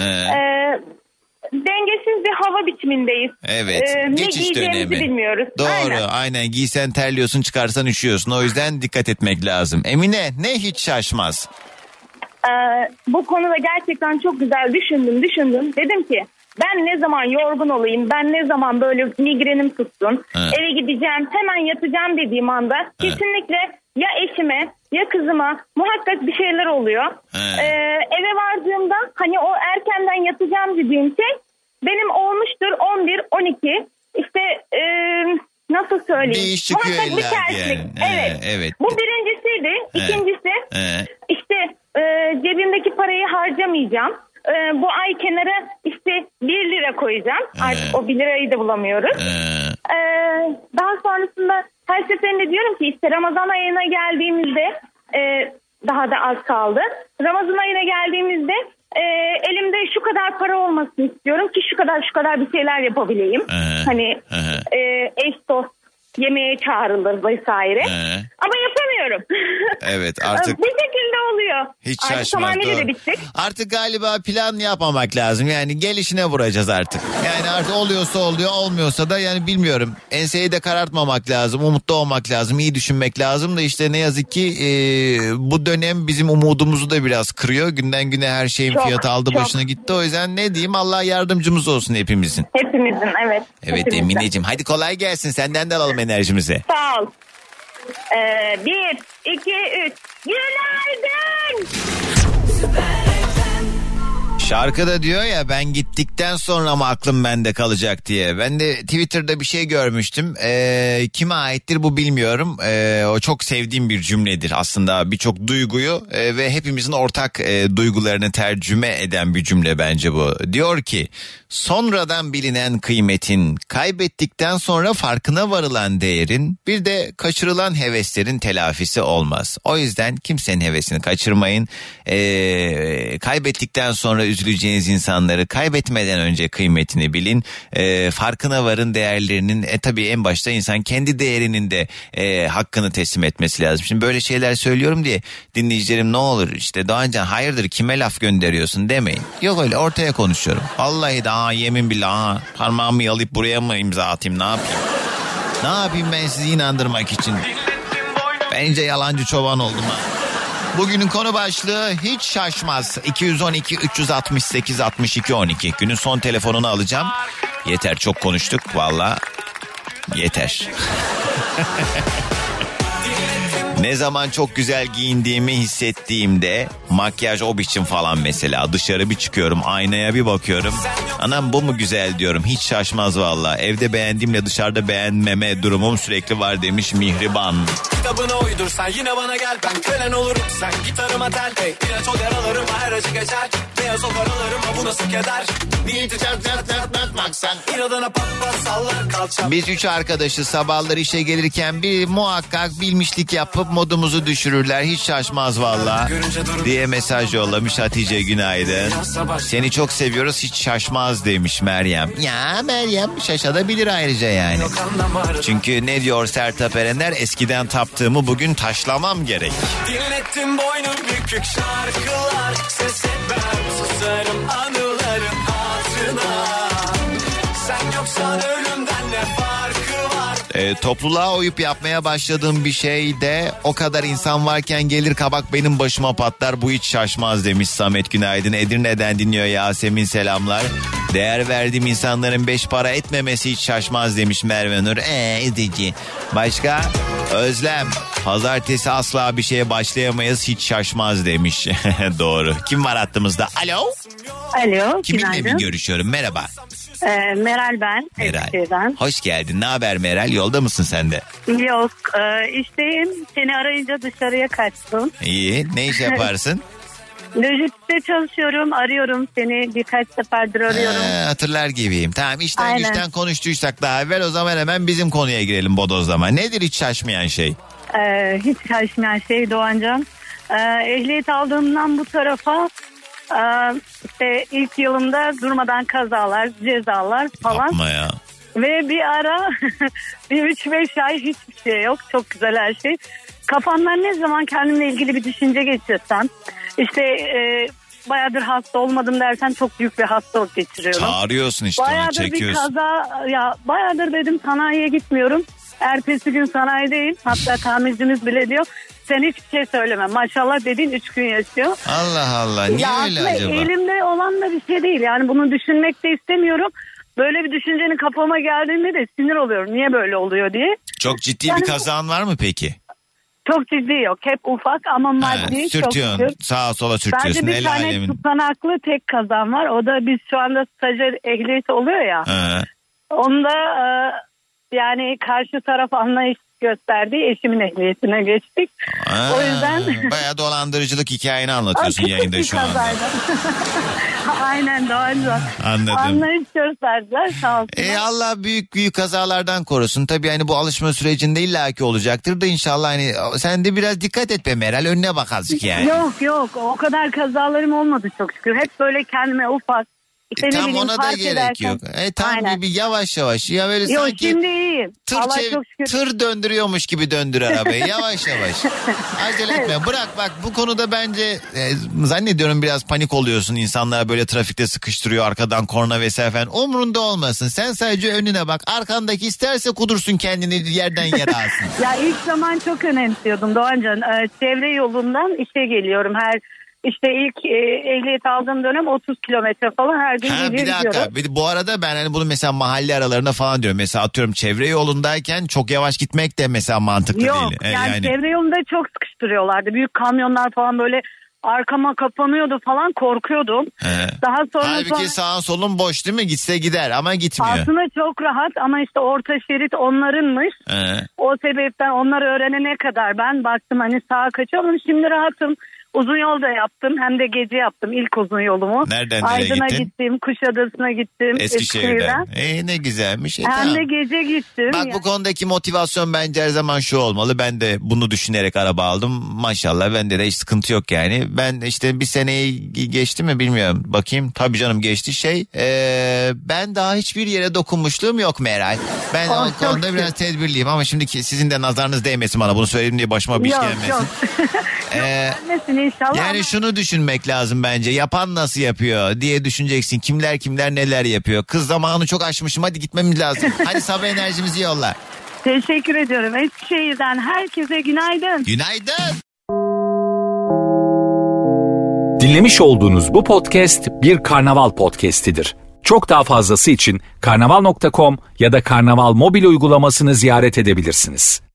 Dengesiz bir hava biçimindeyiz. Evet. Geçiş dönemi. Bilmiyoruz. Doğru. Aynen. Giysen terliyorsun, çıkarsan üşüyorsun. O yüzden dikkat etmek lazım. Emine, ne hiç şaşmaz? Bu konuda gerçekten çok güzel düşündüm. Dedim ki ben ne zaman yorgun olayım, ben ne zaman böyle migrenim tutsun, eve gideceğim, hemen yatacağım dediğim anda kesinlikle ya eşime ya kızıma muhakkak bir şeyler oluyor. Eve vardığımda hani o erkenden yatacağım dediğim şey benim olmuştur 11-12 işte nasıl söyleyeyim? Bir iş çıkıyor muhakkak bir terslik. Yani. Evet. Bu birincisiydi. İkincisi işte cebimdeki parayı harcamayacağım. Bu ay kenara işte 1 lira koyacağım. Artık o 1 lirayı da bulamıyoruz. Daha sonrasında her seferinde diyorum ki işte Ramazan ayına geldiğimizde daha da az kaldı. Ramazan ayına geldiğimizde elimde şu kadar para olmasını istiyorum ki şu kadar bir şeyler yapabileyim. Hani eş dost yemeğe çağrılır vesaire. Ama yapamıyorum. Evet artık. Bu şekilde oluyor. Hiç artık şaşmaz. tamamıyla da bittik. Artık galiba plan yapmamak lazım. Yani gelişine vuracağız artık. Yani artık oluyorsa oluyor, olmuyorsa da yani bilmiyorum. Enseyi de karartmamak lazım. Umutlu olmak lazım. İyi düşünmek lazım da işte ne yazık ki bu dönem bizim umudumuzu da biraz kırıyor. Günden güne her şeyin fiyatı aldı başına gitti. O yüzden ne diyeyim, Allah yardımcımız olsun hepimizin. Hepimizin evet. Evet Emineciğim, hadi kolay gelsin. Senden de alalım enerjimizi. Sağ ol. 1, 2, 3. Günaydın. Şarkıda diyor ya, ben gittikten sonra mı aklım bende kalacak diye. Ben de Twitter'da bir şey görmüştüm. Kime aittir bu bilmiyorum. O çok sevdiğim bir cümledir aslında. Birçok duyguyu ve hepimizin ortak duygularını tercüme eden bir cümle bence bu. Diyor ki, sonradan bilinen kıymetin, kaybettikten sonra farkına varılan değerin, bir de kaçırılan heveslerin telafisi olmaz. O yüzden kimsenin hevesini kaçırmayın. Kaybettikten sonra üzüleceğiniz insanları kaybetmeden önce kıymetini bilin. Farkına varın değerlerinin. Tabii en başta insan kendi değerinin de hakkını teslim etmesi lazım. Şimdi böyle şeyler söylüyorum diye dinleyicilerim ne olur işte Doğancan hayırdır kime laf gönderiyorsun demeyin. Yok öyle, ortaya konuşuyorum. Vallahi de yemin billah parmağımı yalayıp buraya mı imza atayım, ne yapayım? Ne yapayım ben sizi inandırmak için? Bence yalancı çoban oldum ha. Bugünün konu başlığı hiç şaşmaz. 212 368 62 12. Günün son telefonunu alacağım. Yeter, çok konuştuk valla. Yeter. Ne zaman çok güzel giyindiğimi hissettiğimde, makyaj o biçim falan mesela, dışarı bir çıkıyorum, aynaya bir bakıyorum. Anam bu mu güzel diyorum, hiç şaşmaz valla. Evde beğendiğimle dışarıda beğenmeme durumum sürekli var demiş Mihriban. Kitabına uydursan yine bana gel, ben kölen olurum sen gitarıma tel. İlaç o yaralarıma her acı geçer. Beyaz o karalarıma bu nasıl keder. İnadına pat pat sallar kalçam. Biz 3 arkadaşı sabahları işe gelirken bir muhakkak bilmişlik yapıp modumuzu düşürürler. Hiç şaşmaz valla diye mesaj yollamış Hatice, günaydın. Seni çok seviyoruz, hiç şaşmaz demiş Meryem. Ya Meryem şaşabilir ayrıca yani. Çünkü ne diyor Sertab Erener, eskiden taptığımı bugün taşlamam gerek. Dinlettim boynum bükük şarkılar, ses etmem susarım anıların hatırına. Sen yoksan ölümden ne farkı var? Topluluğa uyup yapmaya başladığım bir şey de o kadar insan varken gelir kabak benim başıma patlar, bu hiç şaşmaz demiş Samet, günaydın. Edirne'den dinliyor Yasemin, selamlar. Değer verdiğim insanların 5 para etmemesi hiç şaşmaz demiş Merve Nur. Edici. Başka? Özlem, pazartesi asla bir şeye başlayamayız, hiç şaşmaz demiş. Doğru. Kim var hattımızda? Alo. Alo. Kiminle mi görüşüyorum? Merhaba. Meral ben. Meral. Eskişehir'den. Hoş geldin. Ne haber Meral? Yolda mısın sen de? Yok. İşteyim. Seni arayınca dışarıya kaçtım. İyi. Ne iş yaparsın? Lojistikte çalışıyorum. Arıyorum seni. Birkaç seferdir arıyorum. Hatırlar gibiyim. Tamam, işten Aynen. güçten konuştuysak daha evvel, o zaman hemen bizim konuya girelim bodozlama. Nedir hiç şaşmayan şey? Hiç şaşmayan şey Doğancan. Ehliyet aldığımdan bu tarafa işte ilk yılımda durmadan kazalar, cezalar falan. Yapma ya. Ve bir ara bir 3-5 ay hiçbir şey yok. Çok güzel her şey. Kafamdan ne zaman kendimle ilgili bir düşünce geçirsem, işte bayağıdır hasta olmadım dersen çok büyük bir hastalık geçiriyorum. Çağırıyorsun işte, bayağıdır onu çekiyorsun. Bir kaza, ya bayağıdır dedim sanayiye gitmiyorum. Ertesi gün sanayideyim. Hatta tamircimiz bile diyor sen hiçbir şey söyleme. Maşallah dediğin 3 gün yaşıyor. Allah Allah, niye ya öyle acaba? Elimde olan da bir şey değil. Yani bunu düşünmek de istemiyorum. Böyle bir düşüncenin kafama geldiğinde de sinir oluyorum. Niye böyle oluyor diye. Çok ciddi Yani bir kazan var mı peki? Çok ciddi yok. Hep ufak ama maddi. Sürtüyorsun. Çok Sağa sola sürtüyorsun. sadece bir tane tutanaklı tek kazan var. O da biz şu anda stajyer ehliyeti oluyor ya. Onda yani karşı taraf anlayış gösterdi. Eşimin ehliyetine geçtik. O yüzden... Bayağı dolandırıcılık hikayeni anlatıyorsun yayında şu anda. Aynen doğru. Anladım. Anlayış gösterdiler, sağ olsunlar. Allah büyük kazalardan korusun. Tabii hani bu alışma sürecinde illaki olacaktır da inşallah hani sen de biraz dikkat et be Meral, önüne bak azıcık yani. Yok o kadar kazalarım olmadı çok şükür. Hep böyle kendime ufak İşte tam ona da gerek yok. Tam bir yavaş yavaş. Ya böyle yok, sanki şimdi iyiyim. tır döndürüyormuş gibi döndür arabayı. Yavaş yavaş. Acele etme. Bırak bak, bu konuda bence zannediyorum biraz panik oluyorsun. İnsanlar böyle trafikte sıkıştırıyor, arkadan korna vesaire falan. Umrunda olmasın. Sen sadece önüne bak. Arkandaki isterse kudursun kendini, yerden yere alsın. Ya ilk zaman çok önemsiyordum Doğancan. Çevre yolundan işe geliyorum. İşte ilk ehliyet aldığım dönem 30 kilometre falan her gün gidiyorum. Bir dakika. Bu arada ben hani bunu mesela mahalle aralarında falan diyorum. Mesela atıyorum çevre yolundayken çok yavaş gitmek de mesela mantıklı değil. Yok yani çevre yolunda çok sıkıştırıyorlardı. Büyük kamyonlar falan böyle arkama kapanıyordu falan, korkuyordum. Daha sonra halbuki sağın solun boş değil mi? Gitse gider ama gitmiyor. Aslında çok rahat ama işte orta şerit onlarınmış. O sebepten onları öğrenene kadar ben baktım hani sağa kaçıyorum. Şimdi rahatım. Uzun yolda yaptım, hem de gece yaptım ilk uzun yolumu. Nereden Aydın'a gittin? Gittim, Kuşadası'na gittim. Eskişehir'den. Ne güzelmiş. Hem tamam. de gece gittim. Bak bu konudaki motivasyon bence her zaman şu olmalı. Ben de bunu düşünerek araba aldım. Maşallah bende de hiç sıkıntı yok yani. Ben işte bir seneyi geçti mi bilmiyorum. Bakayım. Tabii canım geçti ben daha hiçbir yere dokunmuşluğum yok Meral. Ben o konuda biraz tedbirliyim ama şimdi sizin de nazarınız değmesin bana. Bunu söyleyeyim diye başıma bir iş gelmesin. Yok. İnşallah. Yani şunu düşünmek lazım bence. Yapan nasıl yapıyor diye düşüneceksin. Kimler neler yapıyor. Kız zamanı çok aşmışım, hadi gitmemiz lazım. Hadi sabah enerjimizi yolla. Teşekkür ediyorum. Eskişehir'den herkese günaydın. Günaydın. Dinlemiş olduğunuz bu podcast bir Karnaval podcastidir. Çok daha fazlası için karnaval.com ya da Karnaval mobil uygulamasını ziyaret edebilirsiniz.